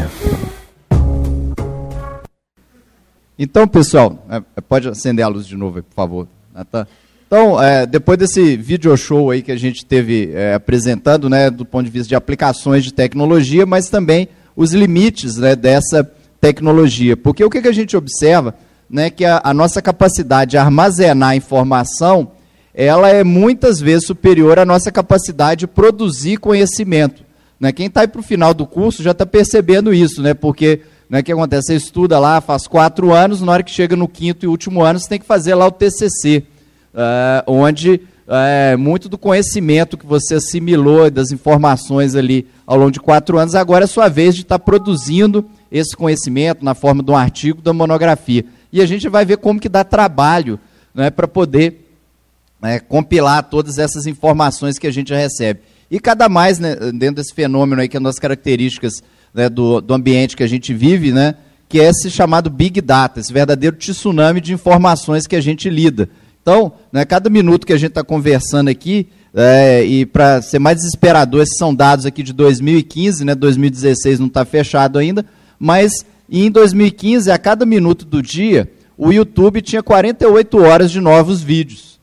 Então, pessoal, é, pode acender a luz de novo aí, por favor. Então, é, depois desse video show aí que a gente teve é, apresentando, né, do ponto de vista de aplicações de tecnologia, mas também os limites, né, dessa tecnologia. Porque o que, que a gente observa, né, que a, a nossa capacidade de armazenar informação, ela é muitas vezes superior à nossa capacidade de produzir conhecimento. Né? Quem está aí para o final do curso já está percebendo isso, né? Porque né, o que acontece? Você estuda lá, faz quatro anos, na hora que chega no quinto e último ano, você tem que fazer lá o T C C, uh, onde é, muito do conhecimento que você assimilou das informações ali ao longo de quatro anos, agora é sua vez de estar produzindo esse conhecimento na forma de um artigo, da monografia. E a gente vai ver como que dá trabalho, né, para poder, né, compilar todas essas informações que a gente recebe. E cada mais, né, dentro desse fenômeno aí, que é das características, né, do, do ambiente que a gente vive, né, que é esse chamado Big Data, esse verdadeiro tsunami de informações que a gente lida. Então, né, cada minuto que a gente está conversando aqui, é, e para ser mais desesperador, esses são dados aqui de dois mil e quinze, né, dois mil e dezesseis não está fechado ainda, mas em dois mil e quinze, a cada minuto do dia, o YouTube tinha quarenta e oito horas de novos vídeos.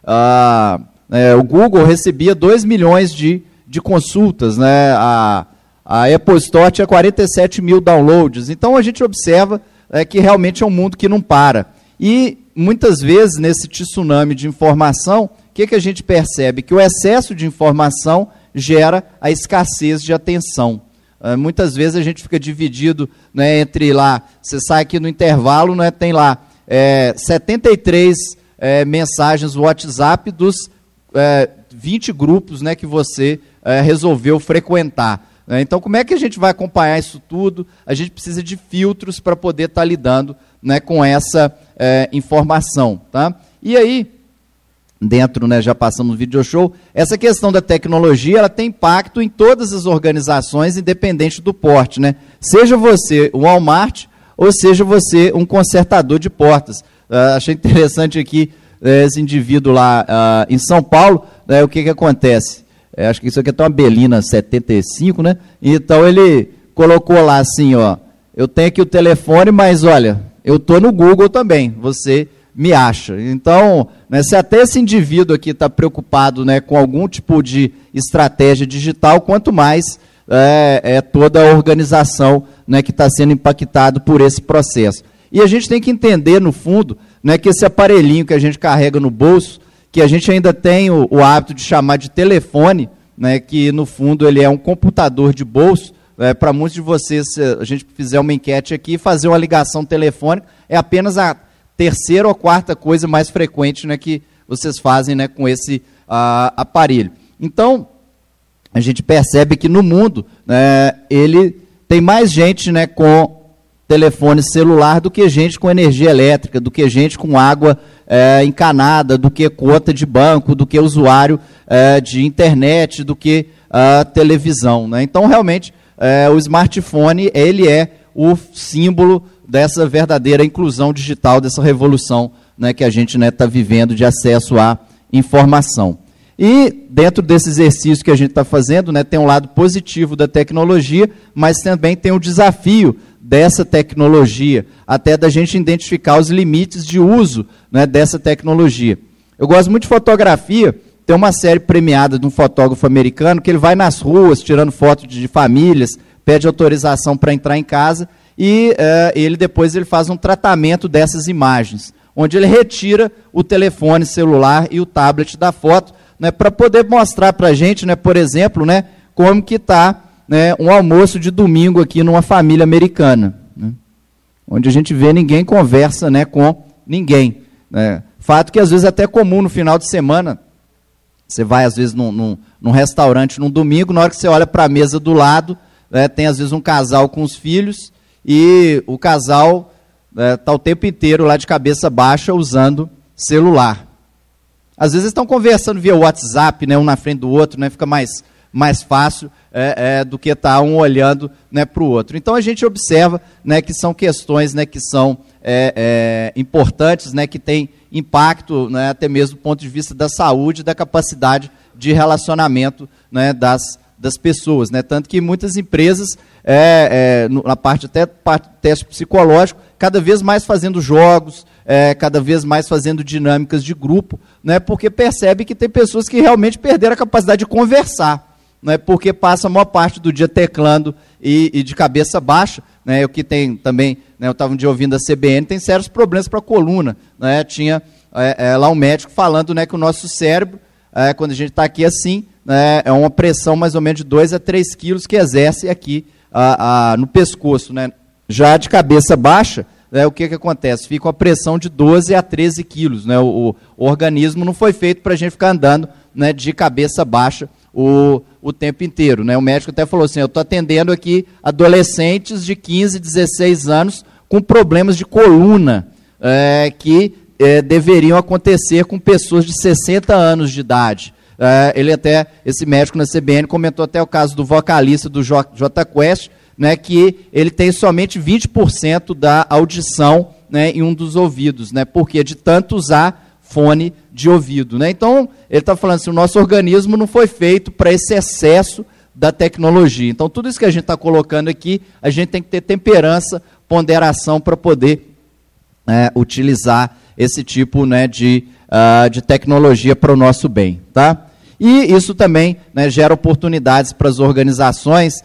Ah, é, o Google recebia dois milhões de, de consultas, né, a, a Apple Store tinha quarenta e sete mil downloads. Então a gente observa é, que realmente é um mundo que não para. E muitas vezes, nesse tsunami de informação, o que, que a gente percebe? Que o excesso de informação gera a escassez de atenção. Uh, muitas vezes a gente fica dividido, né, entre lá, você sai aqui no intervalo, né, tem lá é, setenta e três é, mensagens no WhatsApp dos é, vinte grupos, né, que você é, resolveu frequentar. Né? Então, como é que a gente vai acompanhar isso tudo? A gente precisa de filtros para poder estar tá lidando, né, com essa é, informação. Tá? E aí, dentro, né, já passamos no video show, essa questão da tecnologia, ela tem impacto em todas as organizações, independente do porte, né? Seja você um Walmart, ou seja você um consertador de portas. Uh, achei interessante aqui, uh, esse indivíduo lá uh, em São Paulo, né, o que que acontece? Uh, acho que isso aqui é até uma Belina setenta e cinco, né? Então ele colocou lá assim, ó, eu tenho aqui o telefone, mas olha, eu estou no Google também, você me acha. Então, né, se até esse indivíduo aqui está preocupado, né, com algum tipo de estratégia digital, quanto mais é, é toda a organização, né, que está sendo impactado por esse processo. E a gente tem que entender, no fundo, né, que esse aparelhinho que a gente carrega no bolso, que a gente ainda tem o, o hábito de chamar de telefone, né, que no fundo ele é um computador de bolso, é, para muitos de vocês, se a gente fizer uma enquete aqui, fazer uma ligação telefônica, é apenas a terceira ou quarta coisa mais frequente, né, que vocês fazem, né, com esse uh, aparelho. Então, a gente percebe que no mundo, né, ele tem mais gente, né, com telefone celular do que gente com energia elétrica, do que gente com água é, encanada, do que conta de banco, do que usuário é, de internet, do que uh, televisão. Né? Então, realmente, é, o smartphone, ele é o símbolo dessa verdadeira inclusão digital, dessa revolução, né, que a gente está, né, vivendo de acesso à informação. E dentro desse exercício que a gente está fazendo, né, tem um lado positivo da tecnologia, mas também tem o desafio dessa tecnologia, até da gente identificar os limites de uso, né, dessa tecnologia. Eu gosto muito de fotografia, tem uma série premiada de um fotógrafo americano que ele vai nas ruas tirando fotos de famílias, pede autorização para entrar em casa, e uh, ele depois ele faz um tratamento dessas imagens, onde ele retira o telefone celular e o tablet da foto, né, para poder mostrar para a gente, né, por exemplo, né, como que está, né, um almoço de domingo aqui numa família americana, né, onde a gente vê ninguém conversa, né, com ninguém. Né. Fato que às vezes é até comum no final de semana, você vai às vezes num, num, num restaurante num domingo, na hora que você olha para a mesa do lado, né, tem às vezes um casal com os filhos, e o casal está é, o tempo inteiro lá de cabeça baixa usando celular. Às vezes estão conversando via WhatsApp, né, um na frente do outro, né, fica mais, mais fácil é, é, do que estar um olhando, né, para o outro. Então a gente observa, né, que são questões, né, que são é, é, importantes, né, que têm impacto, né, até mesmo do ponto de vista da saúde e da capacidade de relacionamento, né, das das pessoas, né? Tanto que muitas empresas, é, é, na parte até parte teste psicológico, cada vez mais fazendo jogos, é, cada vez mais fazendo dinâmicas de grupo, né? Porque percebe que tem pessoas que realmente perderam a capacidade de conversar, né? Porque passa a maior parte do dia teclando e, e de cabeça baixa, né? O que tem também, né? Eu estava um dia ouvindo a C B N, tem sérios problemas para a coluna, né? Tinha é, é, lá um médico falando, né, que o nosso cérebro, é, quando a gente está aqui assim, né, é uma pressão mais ou menos de dois a três quilos que exerce aqui a, a, no pescoço. Né? Já de cabeça baixa, né, o que, que acontece? Fica uma pressão de doze a treze quilos. Né? O, o, o organismo não foi feito para a gente ficar andando, né, de cabeça baixa o, o tempo inteiro. Né? O médico até falou assim, eu estou atendendo aqui adolescentes de quinze, dezesseis anos com problemas de coluna, é, que é, deveriam acontecer com pessoas de sessenta anos de idade. É, ele até, esse médico na C B N comentou até o caso do vocalista do Jota Quest, né, que ele tem somente vinte por cento da audição, né, em um dos ouvidos, né, porque de tanto usar fone de ouvido. Né? Então, ele está falando assim, o nosso organismo não foi feito para esse excesso da tecnologia. Então, tudo isso que a gente está colocando aqui, a gente tem que ter temperança, ponderação para poder é, utilizar esse tipo, né, de, uh, de tecnologia para o nosso bem. Tá? E isso também, né, gera oportunidades para as organizações,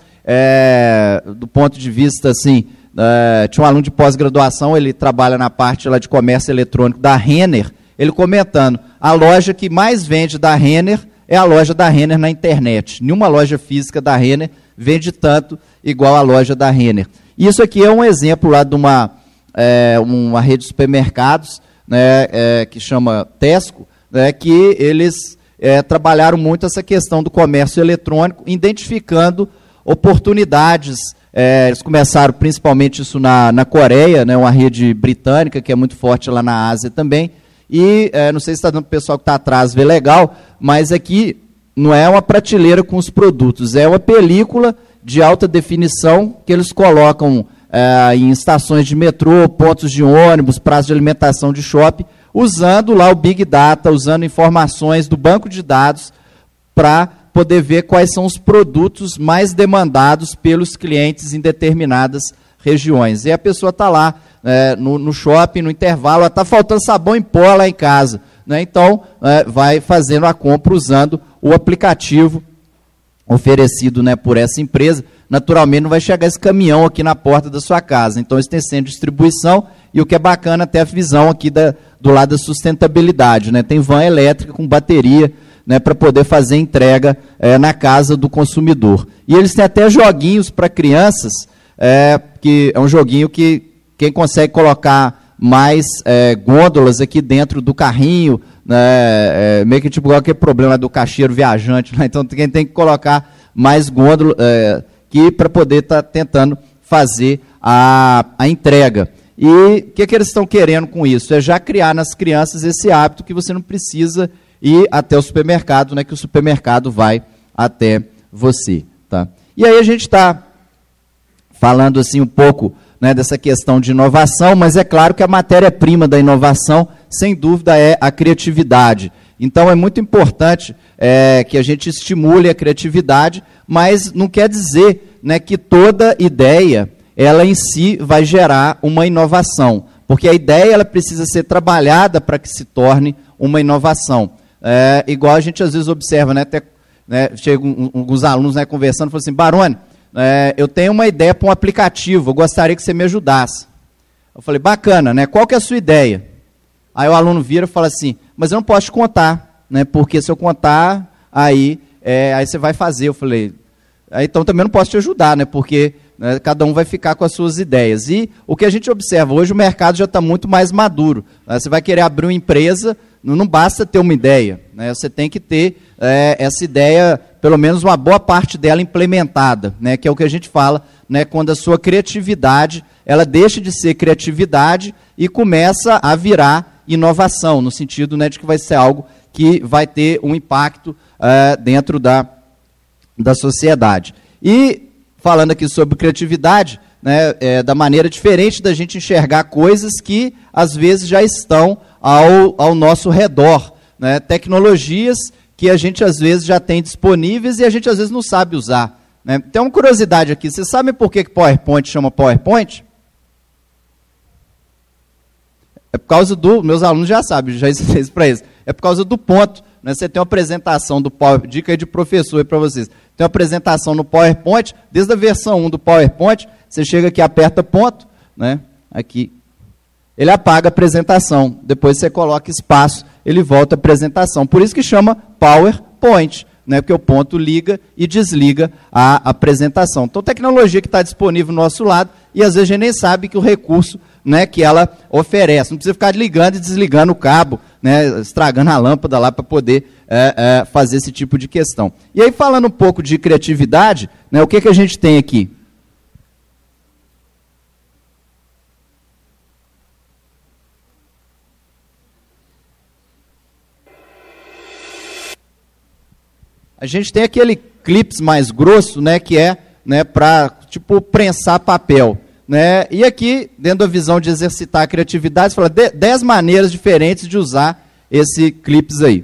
é, do ponto de vista, assim, é, tinha um aluno de pós-graduação, ele trabalha na parte lá de comércio eletrônico da Renner, ele comentando, a loja que mais vende da Renner é a loja da Renner na internet. Nenhuma loja física da Renner vende tanto igual a loja da Renner. Isso aqui é um exemplo lá de uma, é, uma rede de supermercados, né, é, que chama Tesco, né, que eles é, trabalharam muito essa questão do comércio eletrônico, identificando oportunidades. É, eles começaram principalmente isso na, na Coreia, né, uma rede britânica que é muito forte lá na Ásia também. E é, não sei se está dando para o pessoal que está atrás ver legal, mas aqui não é uma prateleira com os produtos, é uma película de alta definição que eles colocam é, em estações de metrô, pontos de ônibus, praças de alimentação de shopping, usando lá o Big Data, usando informações do banco de dados para poder ver quais são os produtos mais demandados pelos clientes em determinadas regiões. E a pessoa está lá é, no, no shopping, no intervalo, está faltando sabão em pó lá em casa. Né? Então, é, vai fazendo a compra usando o aplicativo oferecido, né, por essa empresa. Naturalmente, não vai chegar esse caminhão aqui na porta da sua casa. Então, isso tem centro de distribuição e o que é bacana até a visão aqui da, do lado da sustentabilidade. Né? Tem van elétrica com bateria, né, para poder fazer entrega é, na casa do consumidor. E eles têm até joguinhos para crianças, é, que é um joguinho que quem consegue colocar mais é, gôndolas aqui dentro do carrinho, né, é, meio que tipo igual aquele problema do caixeiro viajante, né? Então quem tem que colocar mais gôndolas é, que para poder estar tá tentando fazer a, a entrega. E o que, que eles estão querendo com isso? É já criar nas crianças esse hábito que você não precisa ir até o supermercado, né, que o supermercado vai até você. Tá? E aí a gente está falando assim um pouco, né, dessa questão de inovação, mas é claro que a matéria-prima da inovação, sem dúvida, é a criatividade. Então é muito importante é, que a gente estimule a criatividade, mas não quer dizer, né, que toda ideia, ela em si vai gerar uma inovação, porque a ideia ela precisa ser trabalhada para que se torne uma inovação. É, igual a gente às vezes observa, né, até, né, chega um, um, alguns alunos, né, conversando, falam assim, Baroni, é, eu tenho uma ideia para um aplicativo, eu gostaria que você me ajudasse. Eu falei, bacana, né, qual que é a sua ideia? Aí o aluno vira e fala assim, mas eu não posso te contar, né, porque se eu contar, aí, é, aí você vai fazer. Eu falei, aí, então também não posso te ajudar, né, porque né, cada um vai ficar com as suas ideias. E o que a gente observa, hoje o mercado já está muito mais maduro. Né, você vai querer abrir uma empresa, não basta ter uma ideia, né? Você tem que ter é, essa ideia, pelo menos uma boa parte dela implementada, né? Que é o que a gente fala, né? Quando a sua criatividade, ela deixa de ser criatividade e começa a virar inovação, no sentido, né, de que vai ser algo que vai ter um impacto é, dentro da, da sociedade. E falando aqui sobre criatividade, né, é, da maneira diferente da gente enxergar coisas que às vezes já estão ao, ao nosso redor, né, tecnologias que a gente às vezes já tem disponíveis e a gente às vezes não sabe usar. Né. Tem uma curiosidade aqui, vocês sabem por que PowerPoint chama PowerPoint? É por causa do, meus alunos já sabem, já ensinei isso para eles, é por causa do ponto. Né, você tem uma apresentação do PowerPoint, dica aí de professor para vocês, tem uma apresentação no PowerPoint, desde a versão um do PowerPoint, você chega aqui, aperta ponto, né, aqui, ele apaga a apresentação, depois você coloca espaço, ele volta a apresentação, por isso que chama PowerPoint, né, porque o ponto liga e desliga a apresentação. Então, tecnologia que está disponível do nosso lado, e às vezes a gente nem sabe que o recurso né, que ela oferece. Não precisa ficar ligando e desligando o cabo, né, estragando a lâmpada lá para poder é, é, fazer esse tipo de questão. E aí, falando um pouco de criatividade, né, o que, que a gente tem aqui? A gente tem aquele clips mais grosso, né, que é, né, para tipo prensar papel, né? E aqui, dentro da visão de exercitar a criatividade, você fala dez maneiras diferentes de usar esse clips aí.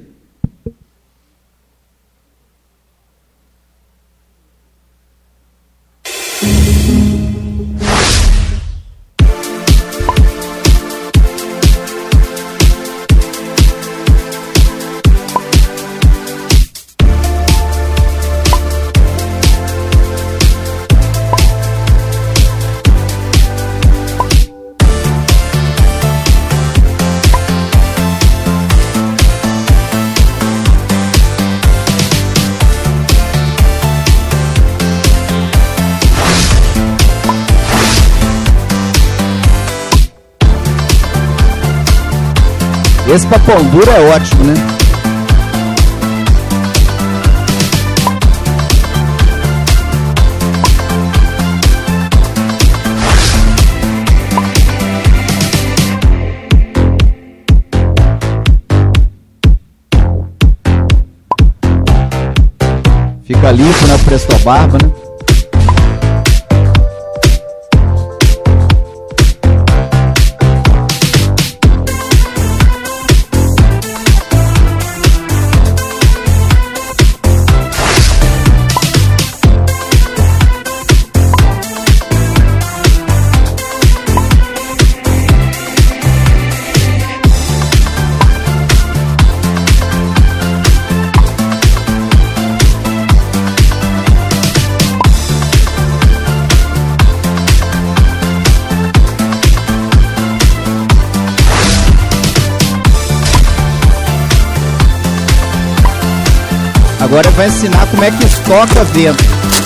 Esse pra pão duro é ótimo, né? Fica limpo, né? O preço da barba, né? Agora vai ensinar como é que estoca vento.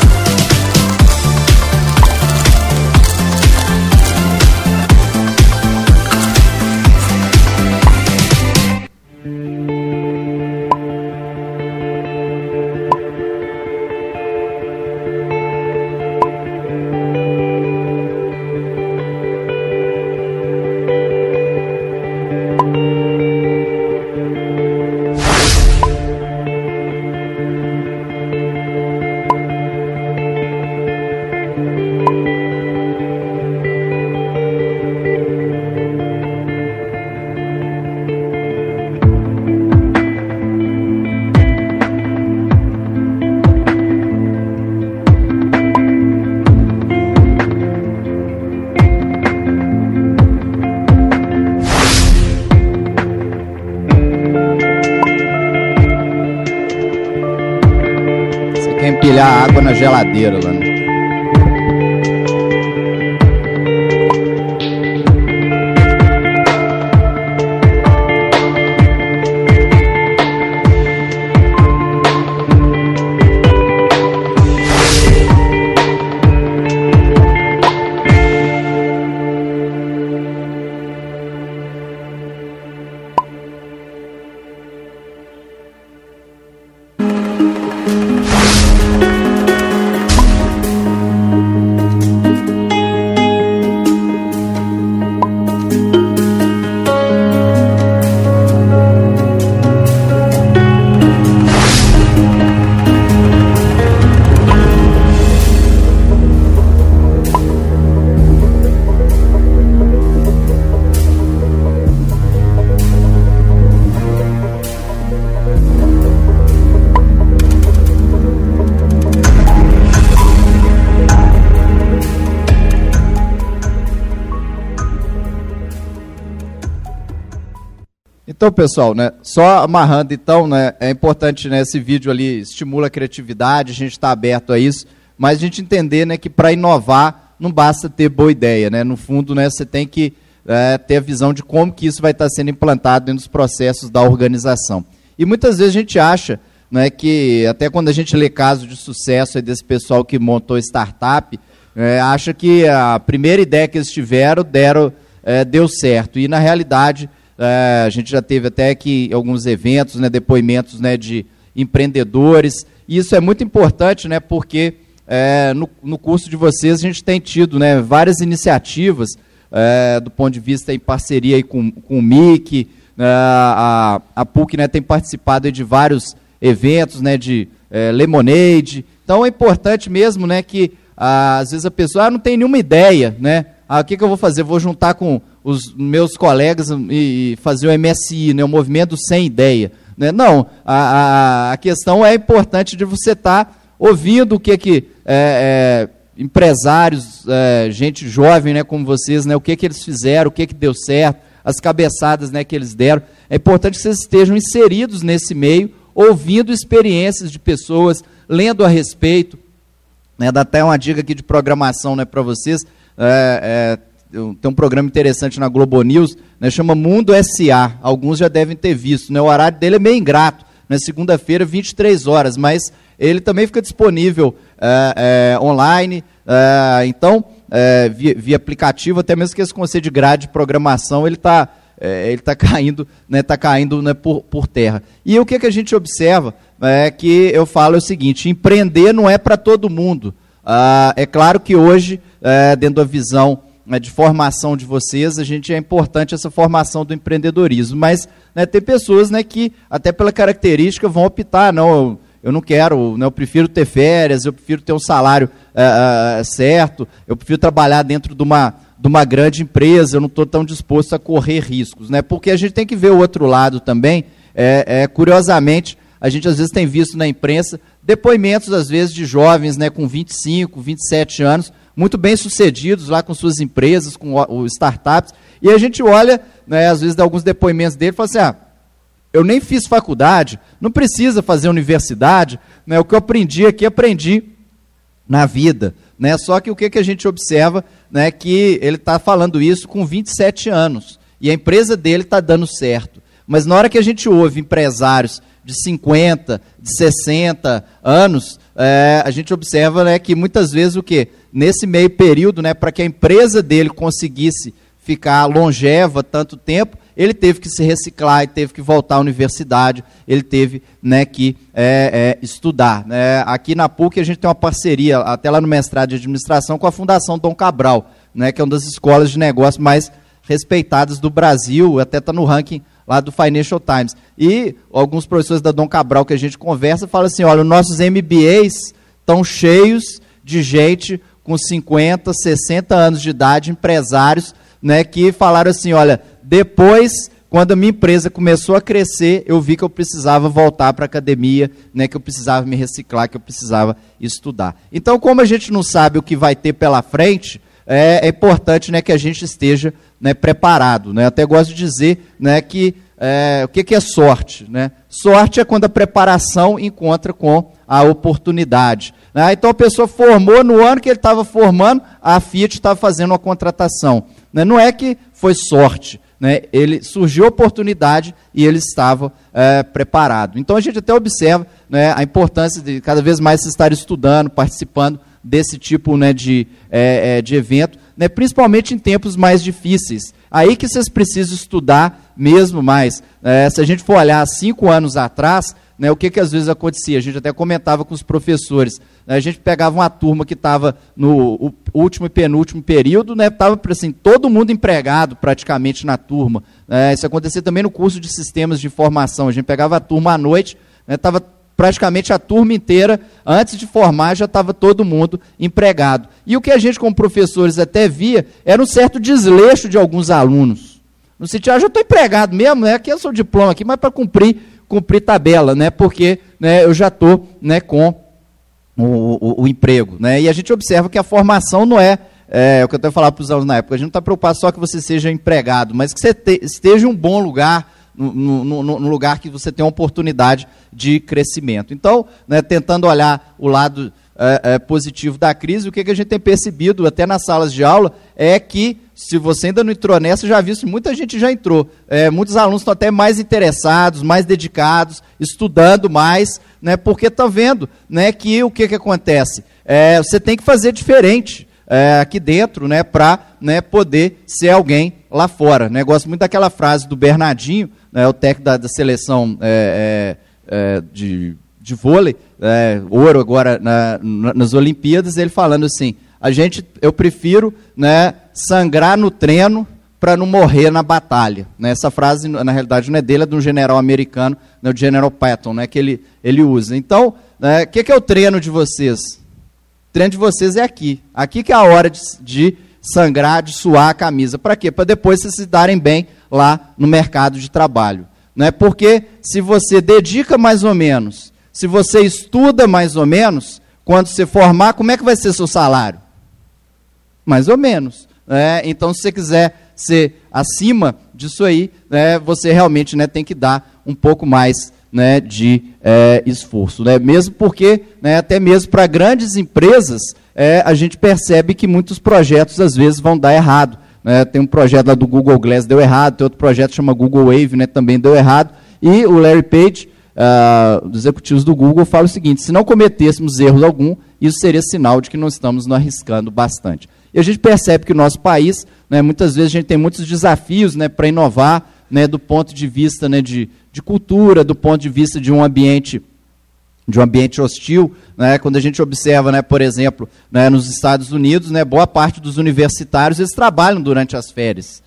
Empilhar água na geladeira lá, né? Então, pessoal, né, só amarrando, então, né, é importante, né, esse vídeo ali estimula a criatividade, a gente está aberto a isso, mas a gente entender, né, que para inovar não basta ter boa ideia, né, no fundo, né, você tem que é, ter a visão de como que isso vai estar sendo implantado dentro dos processos da organização. E muitas vezes a gente acha, né, que até quando a gente lê casos de sucesso aí desse pessoal que montou startup, é, acha que a primeira ideia que eles tiveram, deram é, deu certo. E, na realidade, é, a gente já teve até aqui alguns eventos, né, depoimentos, né, de empreendedores. E isso é muito importante, né, porque é, no, no curso de vocês a gente tem tido, né, várias iniciativas é, do ponto de vista em parceria aí com, com o M I C, é, a, a P U C, né, tem participado aí de vários eventos, né, de é, Lemonade. Então é importante mesmo, né, que ah, às vezes a pessoa ah, não tem nenhuma ideia, né? Ah, o que, que eu vou fazer? Vou juntar com os meus colegas e, e fazer o M S I, né, o movimento sem ideia. Né? Não, a, a, a questão é importante de você estar tá ouvindo o que que é, é, empresários, é, gente jovem, né, como vocês, né, o que que eles fizeram, o que que deu certo, as cabeçadas, né, que eles deram. É importante que vocês estejam inseridos nesse meio, ouvindo experiências de pessoas, lendo a respeito, né, dá até uma dica aqui de programação, né, para vocês. É, é, tem um programa interessante na Globo News, né, chama Mundo S A, alguns já devem ter visto, né, o horário dele é meio ingrato, né, segunda-feira, vinte e três horas, mas ele também fica disponível é, é, online, é, então, é, via, via aplicativo, até mesmo que esse conceito de grade de programação, ele está é, ele tá caindo, né, tá caindo, né, por, por terra. E o que, que a gente observa é que eu falo é o seguinte: empreender não é para todo mundo. Ah, é claro que hoje, é, dentro da visão, né, de formação de vocês, a gente é importante essa formação do empreendedorismo, mas, né, tem pessoas, né, que até pela característica vão optar, não, eu, eu não quero, né, eu prefiro ter férias, eu prefiro ter um salário é, é, certo, eu prefiro trabalhar dentro de uma, de uma grande empresa, eu não estou tão disposto a correr riscos, né, porque a gente tem que ver o outro lado também. É, é, curiosamente, a gente às vezes tem visto na imprensa depoimentos, às vezes, de jovens, né, com vinte e cinco, vinte e sete anos, muito bem sucedidos lá com suas empresas, com o, o startups, e a gente olha, né, às vezes, de alguns depoimentos dele e fala assim: ah, eu nem fiz faculdade, não precisa fazer universidade, né, o que eu aprendi aqui, aprendi na vida. Né, só que o que, que a gente observa, né, que ele está falando isso com vinte e sete anos, e a empresa dele está dando certo. Mas na hora que a gente ouve empresários de cinquenta, de sessenta anos, é, a gente observa, né, que muitas vezes o quê? Nesse meio período, né, para que a empresa dele conseguisse ficar longeva tanto tempo, ele teve que se reciclar, ele teve que voltar à universidade, ele teve, né, que é, é, estudar. Né? Aqui na P U C a gente tem uma parceria, até lá no mestrado de administração, com a Fundação Dom Cabral, né, que é uma das escolas de negócio mais respeitadas do Brasil, até está no ranking lá do Financial Times. E alguns professores da Dom Cabral que a gente conversa falam assim: olha, os nossos M B As estão cheios de gente com cinquenta, sessenta anos de idade, empresários, né, que falaram assim: olha, depois, quando a minha empresa começou a crescer, eu vi que eu precisava voltar para a academia, né, que eu precisava me reciclar, que eu precisava estudar. Então, como a gente não sabe o que vai ter pela frente, é, é importante, né, que a gente esteja, né, preparado. Né? Até gosto de dizer, né, que é, o que, que é sorte? Né? Sorte é quando a preparação encontra com a oportunidade. Né? Então a pessoa formou, no ano que ele estava formando, a Fiat estava fazendo uma contratação. Né? Não é que foi sorte, né? Ele surgiu a oportunidade e ele estava é, preparado. Então a gente até observa, né, a importância de cada vez mais se estar estudando, participando desse tipo, né, de, é, é, de evento, né, principalmente em tempos mais difíceis. Aí que vocês precisam estudar mesmo mais. É, se a gente for olhar cinco anos atrás, né, o que, que às vezes acontecia? A gente até comentava com os professores. Né, a gente pegava uma turma que estava no o último e penúltimo período, né, estava assim, todo mundo empregado praticamente na turma. É, isso acontecia também no curso de sistemas de informação. A gente pegava a turma à noite, estava, né, praticamente a turma inteira, antes de formar, já estava todo mundo empregado. E o que a gente, como professores, até via, era um certo desleixo de alguns alunos. No sentido, ah, já estou empregado mesmo, né? Aqui é o seu diploma aqui, mas para cumprir, cumprir tabela, né? Porque, né, eu já estou, né, com o, o, o emprego. Né? E a gente observa que a formação não é, é o que eu até falava para os alunos na época, a gente não está preocupado só que você seja empregado, mas que você te, esteja em um bom lugar, No, no, no lugar que você tem uma oportunidade de crescimento. Então, né, tentando olhar o lado é, é, positivo da crise, o que, que a gente tem percebido até nas salas de aula é que, se você ainda não entrou nessa, já viu que muita gente já entrou. É, muitos alunos estão até mais interessados, mais dedicados, estudando mais, né, porque estão vendo, né, que o que, que acontece? É, você tem que fazer diferente. é, aqui dentro, né, para, né, poder ser alguém lá fora. Né? Gosto muito daquela frase do Bernardinho, né, o técnico da, da seleção é, é, é, de, de vôlei, é, ouro agora na, na, nas Olimpíadas, ele falando assim, a gente, eu prefiro, né, sangrar no treino para não morrer na batalha. Né? Essa frase, na realidade, não é dele, é de um general americano, né, o General Patton, né, que ele, ele usa. Então, o né, que, que é o treino de vocês? O treino de vocês é aqui. Aqui que é a hora de, de sangrar, de suar a camisa. Para quê? Para depois vocês se darem bem lá no mercado de trabalho. Né? Porque se você dedica mais ou menos, se você estuda mais ou menos, quando você formar, como é que vai ser seu salário? Mais ou menos. Né? Então, se você quiser ser acima disso aí, né, você realmente, né, tem que dar um pouco mais, né, de é, esforço. Né? Mesmo porque, né, até mesmo para grandes empresas, é, a gente percebe que muitos projetos, às vezes, vão dar errado. Né? Tem um projeto lá do Google Glass, deu errado, tem outro projeto que chama Google Wave, né, também deu errado. E o Larry Page, uh, dos executivos do Google, fala o seguinte, se não cometêssemos erros algum, isso seria sinal de que não estamos nos arriscando bastante. E a gente percebe que o nosso país, né, muitas vezes a gente tem muitos desafios, né, para inovar, né, do ponto de vista, né, de, de cultura, do ponto de vista de um ambiente, de um ambiente hostil. Né, quando a gente observa, né, por exemplo, né, nos Estados Unidos, né, boa parte dos universitários eles trabalham durante as férias.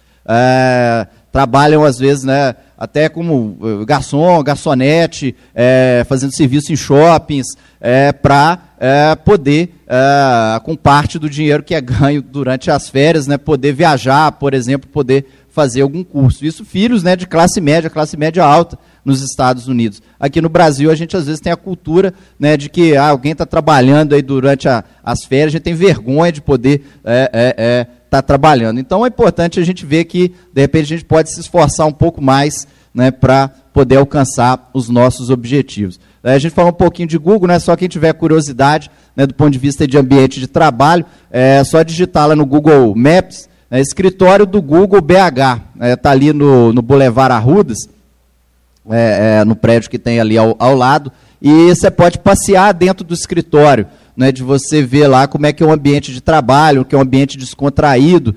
É, trabalham às vezes, né, até como garçom, garçonete, é, fazendo serviço em shoppings, é, para é, poder, é, com parte do dinheiro que é ganho durante as férias, né, poder viajar, por exemplo, poder fazer algum curso. Isso filhos, né, de classe média, classe média alta nos Estados Unidos. Aqui no Brasil a gente às vezes tem a cultura, né, de que ah, alguém está trabalhando aí durante a, as férias, a gente tem vergonha de poder é, é, é, tá trabalhando. Então é importante a gente ver que, de repente, a gente pode se esforçar um pouco mais, né, para poder alcançar os nossos objetivos. A gente falou um pouquinho de Google, né, só quem tiver curiosidade, né, do ponto de vista de ambiente de trabalho, é só digitar lá no Google Maps, né, escritório do Google B H, está é, tá ali no, no Boulevard Arrudas, é, é, no prédio que tem ali ao, ao lado, e você pode passear dentro do escritório, né, de você ver lá como é que é o ambiente de trabalho, que é um ambiente descontraído,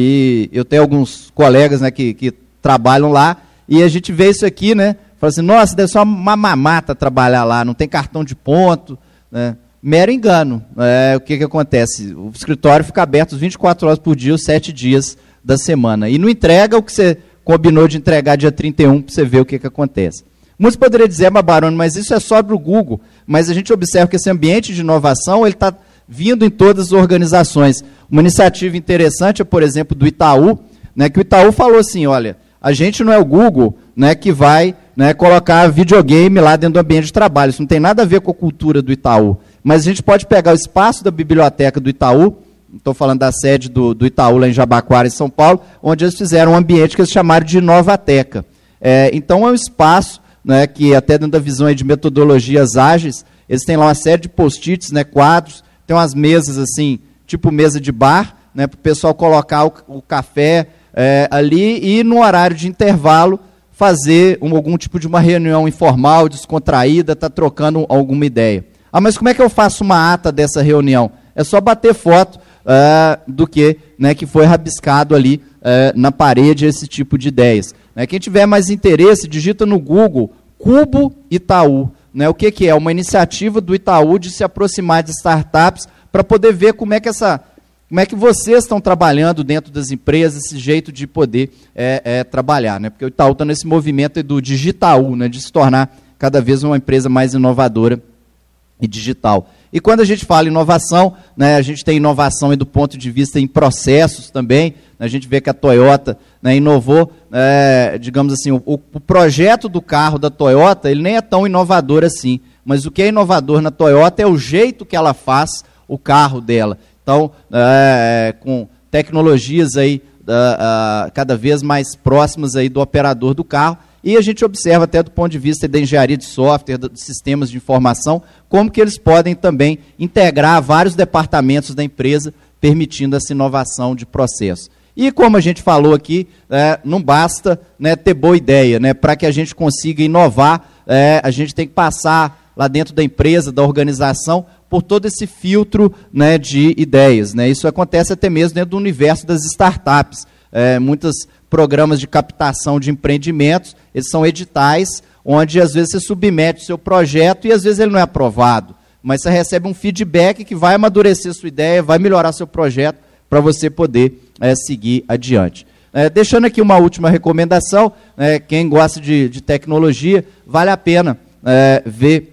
e eu tenho alguns colegas, né, que, que trabalham lá, e a gente vê isso aqui, né, fala assim, nossa, deve ser uma mamata trabalhar lá, não tem cartão de ponto, né, mero engano. É, o que, que acontece? O escritório fica aberto vinte e quatro horas por dia, os sete dias da semana, e não entrega o que você combinou de entregar dia trinta e um, para você ver o que, que acontece. Muitos poderiam dizer, Baroni, mas isso é só para o Google, mas a gente observa que esse ambiente de inovação ele está vindo em todas as organizações. Uma iniciativa interessante é, por exemplo, do Itaú, né, que o Itaú falou assim, olha, a gente não é o Google, né, que vai, né, colocar videogame lá dentro do ambiente de trabalho, isso não tem nada a ver com a cultura do Itaú, mas a gente pode pegar o espaço da biblioteca do Itaú, estou falando da sede do, do Itaú lá em Jabaquara, em São Paulo, onde eles fizeram um ambiente que eles chamaram de Inovateca. É, então é um espaço, né, que até dentro da visão aí de metodologias ágeis, eles têm lá uma série de post-its, né, quadros, tem umas mesas assim, tipo mesa de bar, né, para o pessoal colocar o, o café é, ali e no horário de intervalo fazer um, algum tipo de uma reunião informal, descontraída, tá trocando alguma ideia. Ah, mas como é que eu faço uma ata dessa reunião? É só bater foto uh, do que, né, que foi rabiscado ali uh, na parede, esse tipo de ideias. Né? Quem tiver mais interesse, digita no Google Cubo Itaú. Né? O que, que é? Uma iniciativa do Itaú de se aproximar de startups para poder ver como é que essa, como é que vocês estão trabalhando dentro das empresas, esse jeito de poder é, é, trabalhar. Né? Porque o Itaú está nesse movimento do Digitaú, né? De se tornar cada vez uma empresa mais inovadora e digital. E quando a gente fala em inovação, né, a gente tem inovação aí do ponto de vista em processos também, né, a gente vê que a Toyota, né, inovou, é, digamos assim, o, o projeto do carro da Toyota, ele nem é tão inovador assim, mas o que é inovador na Toyota é o jeito que ela faz o carro dela. Então, é, com tecnologias aí, uh, uh, cada vez mais próximas aí do operador do carro, e a gente observa até do ponto de vista da engenharia de software, dos sistemas de informação, como que eles podem também integrar vários departamentos da empresa, permitindo essa inovação de processo. E como a gente falou aqui, é, não basta, né, ter boa ideia, né, para que a gente consiga inovar, é, a gente tem que passar lá dentro da empresa, da organização, por todo esse filtro, né, de ideias, né? Isso acontece até mesmo dentro do universo das startups. É, muitos programas de captação de empreendimentos, eles são editais, onde às vezes você submete o seu projeto e às vezes ele não é aprovado, mas você recebe um feedback que vai amadurecer sua ideia, vai melhorar seu projeto para você poder é, seguir adiante. É, deixando aqui uma última recomendação, é, quem gosta de, de tecnologia, vale a pena é, ver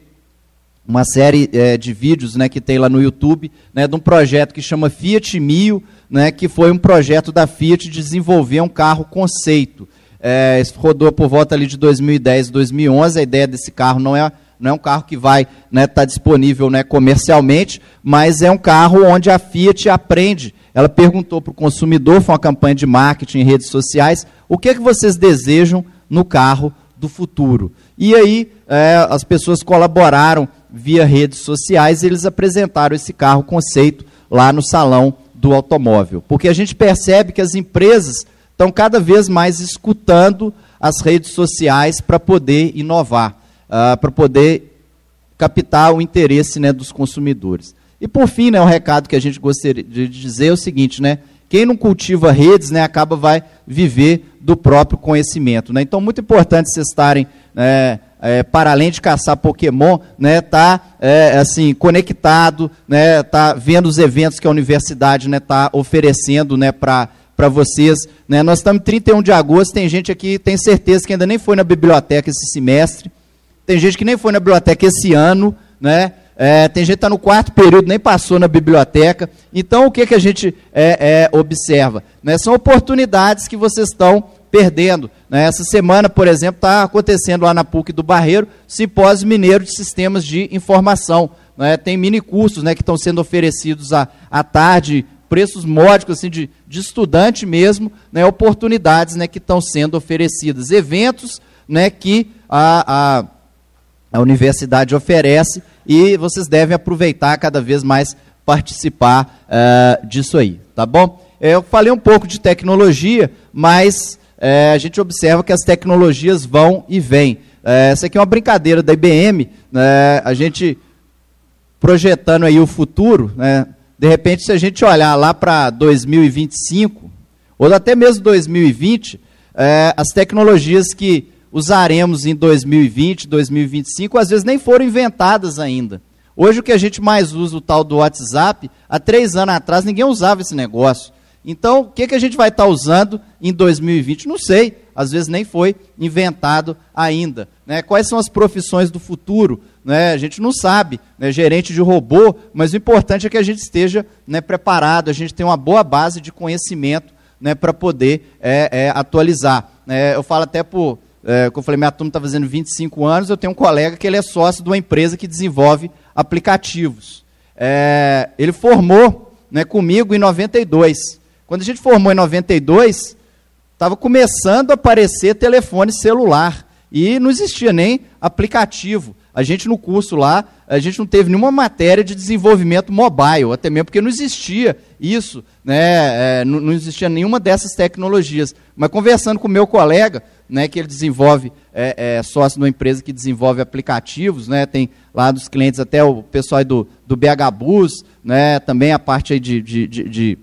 uma série é, de vídeos, né, que tem lá no YouTube, né, de um projeto que chama Fiat Mio, né, que foi um projeto da Fiat de desenvolver um carro conceito. É, isso rodou por volta ali de dois mil e dez, dois mil e onze, a ideia desse carro não é, não é um carro que vai estar, né, tá disponível, né, comercialmente, mas é um carro onde a Fiat aprende. Ela perguntou para o consumidor, foi uma campanha de marketing em redes sociais, o que é que vocês desejam no carro do futuro? E aí é, as pessoas colaboraram via redes sociais e eles apresentaram esse carro conceito lá no Salão do Automóvel. Porque a gente percebe que as empresas estão cada vez mais escutando as redes sociais para poder inovar, uh, para poder captar o interesse, né, dos consumidores. E por fim, né, um recado que a gente gostaria de dizer é o seguinte, né, quem não cultiva redes, né, acaba vai viver do próprio conhecimento, né? Então, muito importante vocês estarem, é, é, para além de caçar Pokémon, né, tá é, assim, conectado, né, tá vendo os eventos que a universidade, né, tá oferecendo, né, para para vocês, né? Nós estamos em trinta e um de agosto, tem gente aqui, tem certeza que ainda nem foi na biblioteca esse semestre, tem gente que nem foi na biblioteca esse ano, né? É, tem gente que está no quarto período, nem passou na biblioteca. Então, o que, que a gente é, é, observa? Né? São oportunidades que vocês estão perdendo. Né? Essa semana, por exemplo, está acontecendo lá na P U C do Barreiro, Simpósio Mineiro de Sistemas de Informação. Né? Tem minicursos, né, que estão sendo oferecidos à, à tarde, preços módicos, assim, de, de estudante mesmo, né? Oportunidades, né, que estão sendo oferecidas. Eventos, né, que a... a a universidade oferece e vocês devem aproveitar cada vez mais participar uh, disso aí, tá bom? Eu falei um pouco de tecnologia, mas uh, a gente observa que as tecnologias vão e vêm. Uh, essa aqui é uma brincadeira da I B M, uh, a gente projetando aí o futuro, né? De repente, se a gente olhar lá para dois mil e vinte e cinco, ou até mesmo dois mil e vinte, uh, as tecnologias que usaremos em dois mil e vinte, dois mil e vinte e cinco, às vezes nem foram inventadas ainda. Hoje o que a gente mais usa, o tal do WhatsApp, há três anos atrás ninguém usava esse negócio. Então, o que, que a gente vai estar usando em dois mil e vinte? Não sei, às vezes nem foi inventado ainda. Né? Quais são as profissões do futuro? Né? A gente não sabe, né? Gerente de robô, mas o importante é que a gente esteja, né, preparado, a gente tem uma boa base de conhecimento, né, para poder é, é, atualizar. É, eu falo até por... É, como eu falei, minha turma está fazendo vinte e cinco anos, eu tenho um colega que ele é sócio de uma empresa que desenvolve aplicativos. É, ele formou, né, comigo em noventa e dois. Quando a gente formou em noventa e dois, estava começando a aparecer telefone celular e não existia nem aplicativo. A gente no curso lá, a gente não teve nenhuma matéria de desenvolvimento mobile, até mesmo porque não existia isso, né, é, não, não existia nenhuma dessas tecnologias. Mas conversando com o meu colega, né, que ele desenvolve, é, é sócio de uma empresa que desenvolve aplicativos, né, tem lá dos clientes até o pessoal do, do B H Bus, né, também a parte aí de, de, de, de,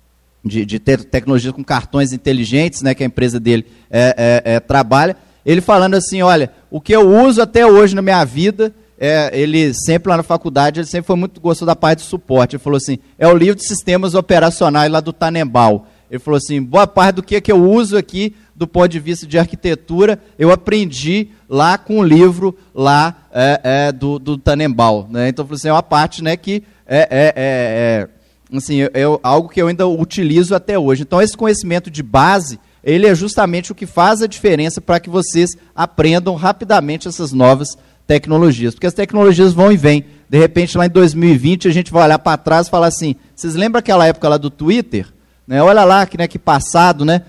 de, de tecnologia com cartões inteligentes, né, que a empresa dele é, é, é, trabalha. Ele falando assim, olha, o que eu uso até hoje na minha vida, é, ele sempre lá na faculdade, ele sempre foi muito gostou da parte de suporte. Ele falou assim, é o livro de sistemas operacionais lá do Tannenbaum. Ele falou assim, boa parte do que, que eu uso aqui, do ponto de vista de arquitetura, eu aprendi lá com o livro lá é, é, do, do Tannenbaum. Né? Então, ele falou assim, é uma parte, né, que é, é, é, é assim, é algo que eu ainda utilizo até hoje. Então, esse conhecimento de base, ele é justamente o que faz a diferença para que vocês aprendam rapidamente essas novas tecnologias. Porque as tecnologias vão e vêm. De repente, lá em dois mil e vinte, a gente vai olhar para trás e falar assim, vocês lembram aquela época lá do Twitter? Né? Olha lá, que, né, que passado, né?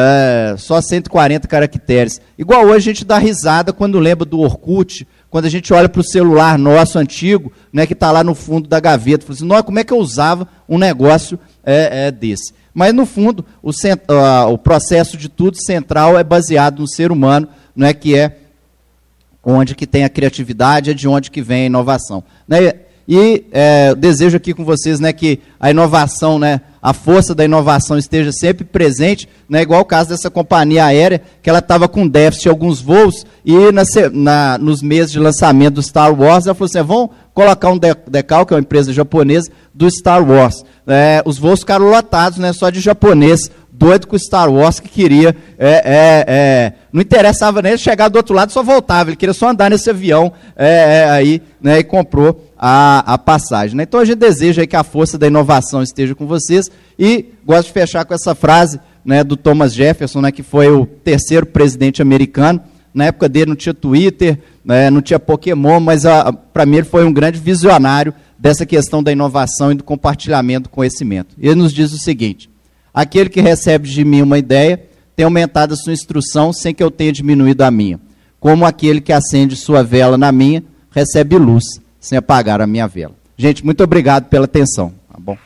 É, só cento e quarenta caracteres. Igual hoje a gente dá risada quando lembra do Orkut, quando a gente olha para o celular nosso antigo, né, que está lá no fundo da gaveta. Fala assim, nossa, como é que eu usava um negócio é, é, desse? Mas, no fundo, o, cent... uh, o processo de tudo central é baseado no ser humano, não é, que é onde que tem a criatividade, é de onde que vem a inovação. Né? E é, desejo aqui com vocês, né, que a inovação, né, a força da inovação esteja sempre presente, né, igual o caso dessa companhia aérea, que ela estava com déficit em alguns voos, e na, na, nos meses de lançamento do Star Wars, ela falou assim, vamos colocar um decal, que é uma empresa japonesa, do Star Wars. É, os voos ficaram lotados, né, só de japonês, doido com o Star Wars, que queria, é, é, é, não interessava nem ele chegar do outro lado, só voltava, ele queria só andar nesse avião, é, é, aí, né, e comprou a, a passagem. Né? Então a gente deseja aí que a força da inovação esteja com vocês, e gosto de fechar com essa frase, né, do Thomas Jefferson, né, que foi o terceiro presidente americano. Na época dele não tinha Twitter, né, não tinha Pokémon, mas para mim ele foi um grande visionário dessa questão da inovação e do compartilhamento do conhecimento. Ele nos diz o seguinte: aquele que recebe de mim uma ideia tem aumentado a sua instrução sem que eu tenha diminuído a minha. Como aquele que acende sua vela na minha, recebe luz sem apagar a minha vela. Gente, muito obrigado pela atenção. Tá bom?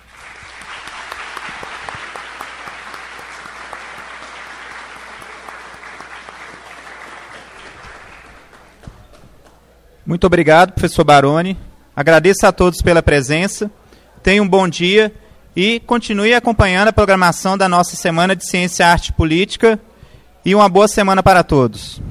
Muito obrigado, professor Baroni. Agradeço a todos pela presença. Tenham um bom dia. E continue acompanhando a programação da nossa Semana de Ciência, Arte e Política. E uma boa semana para todos.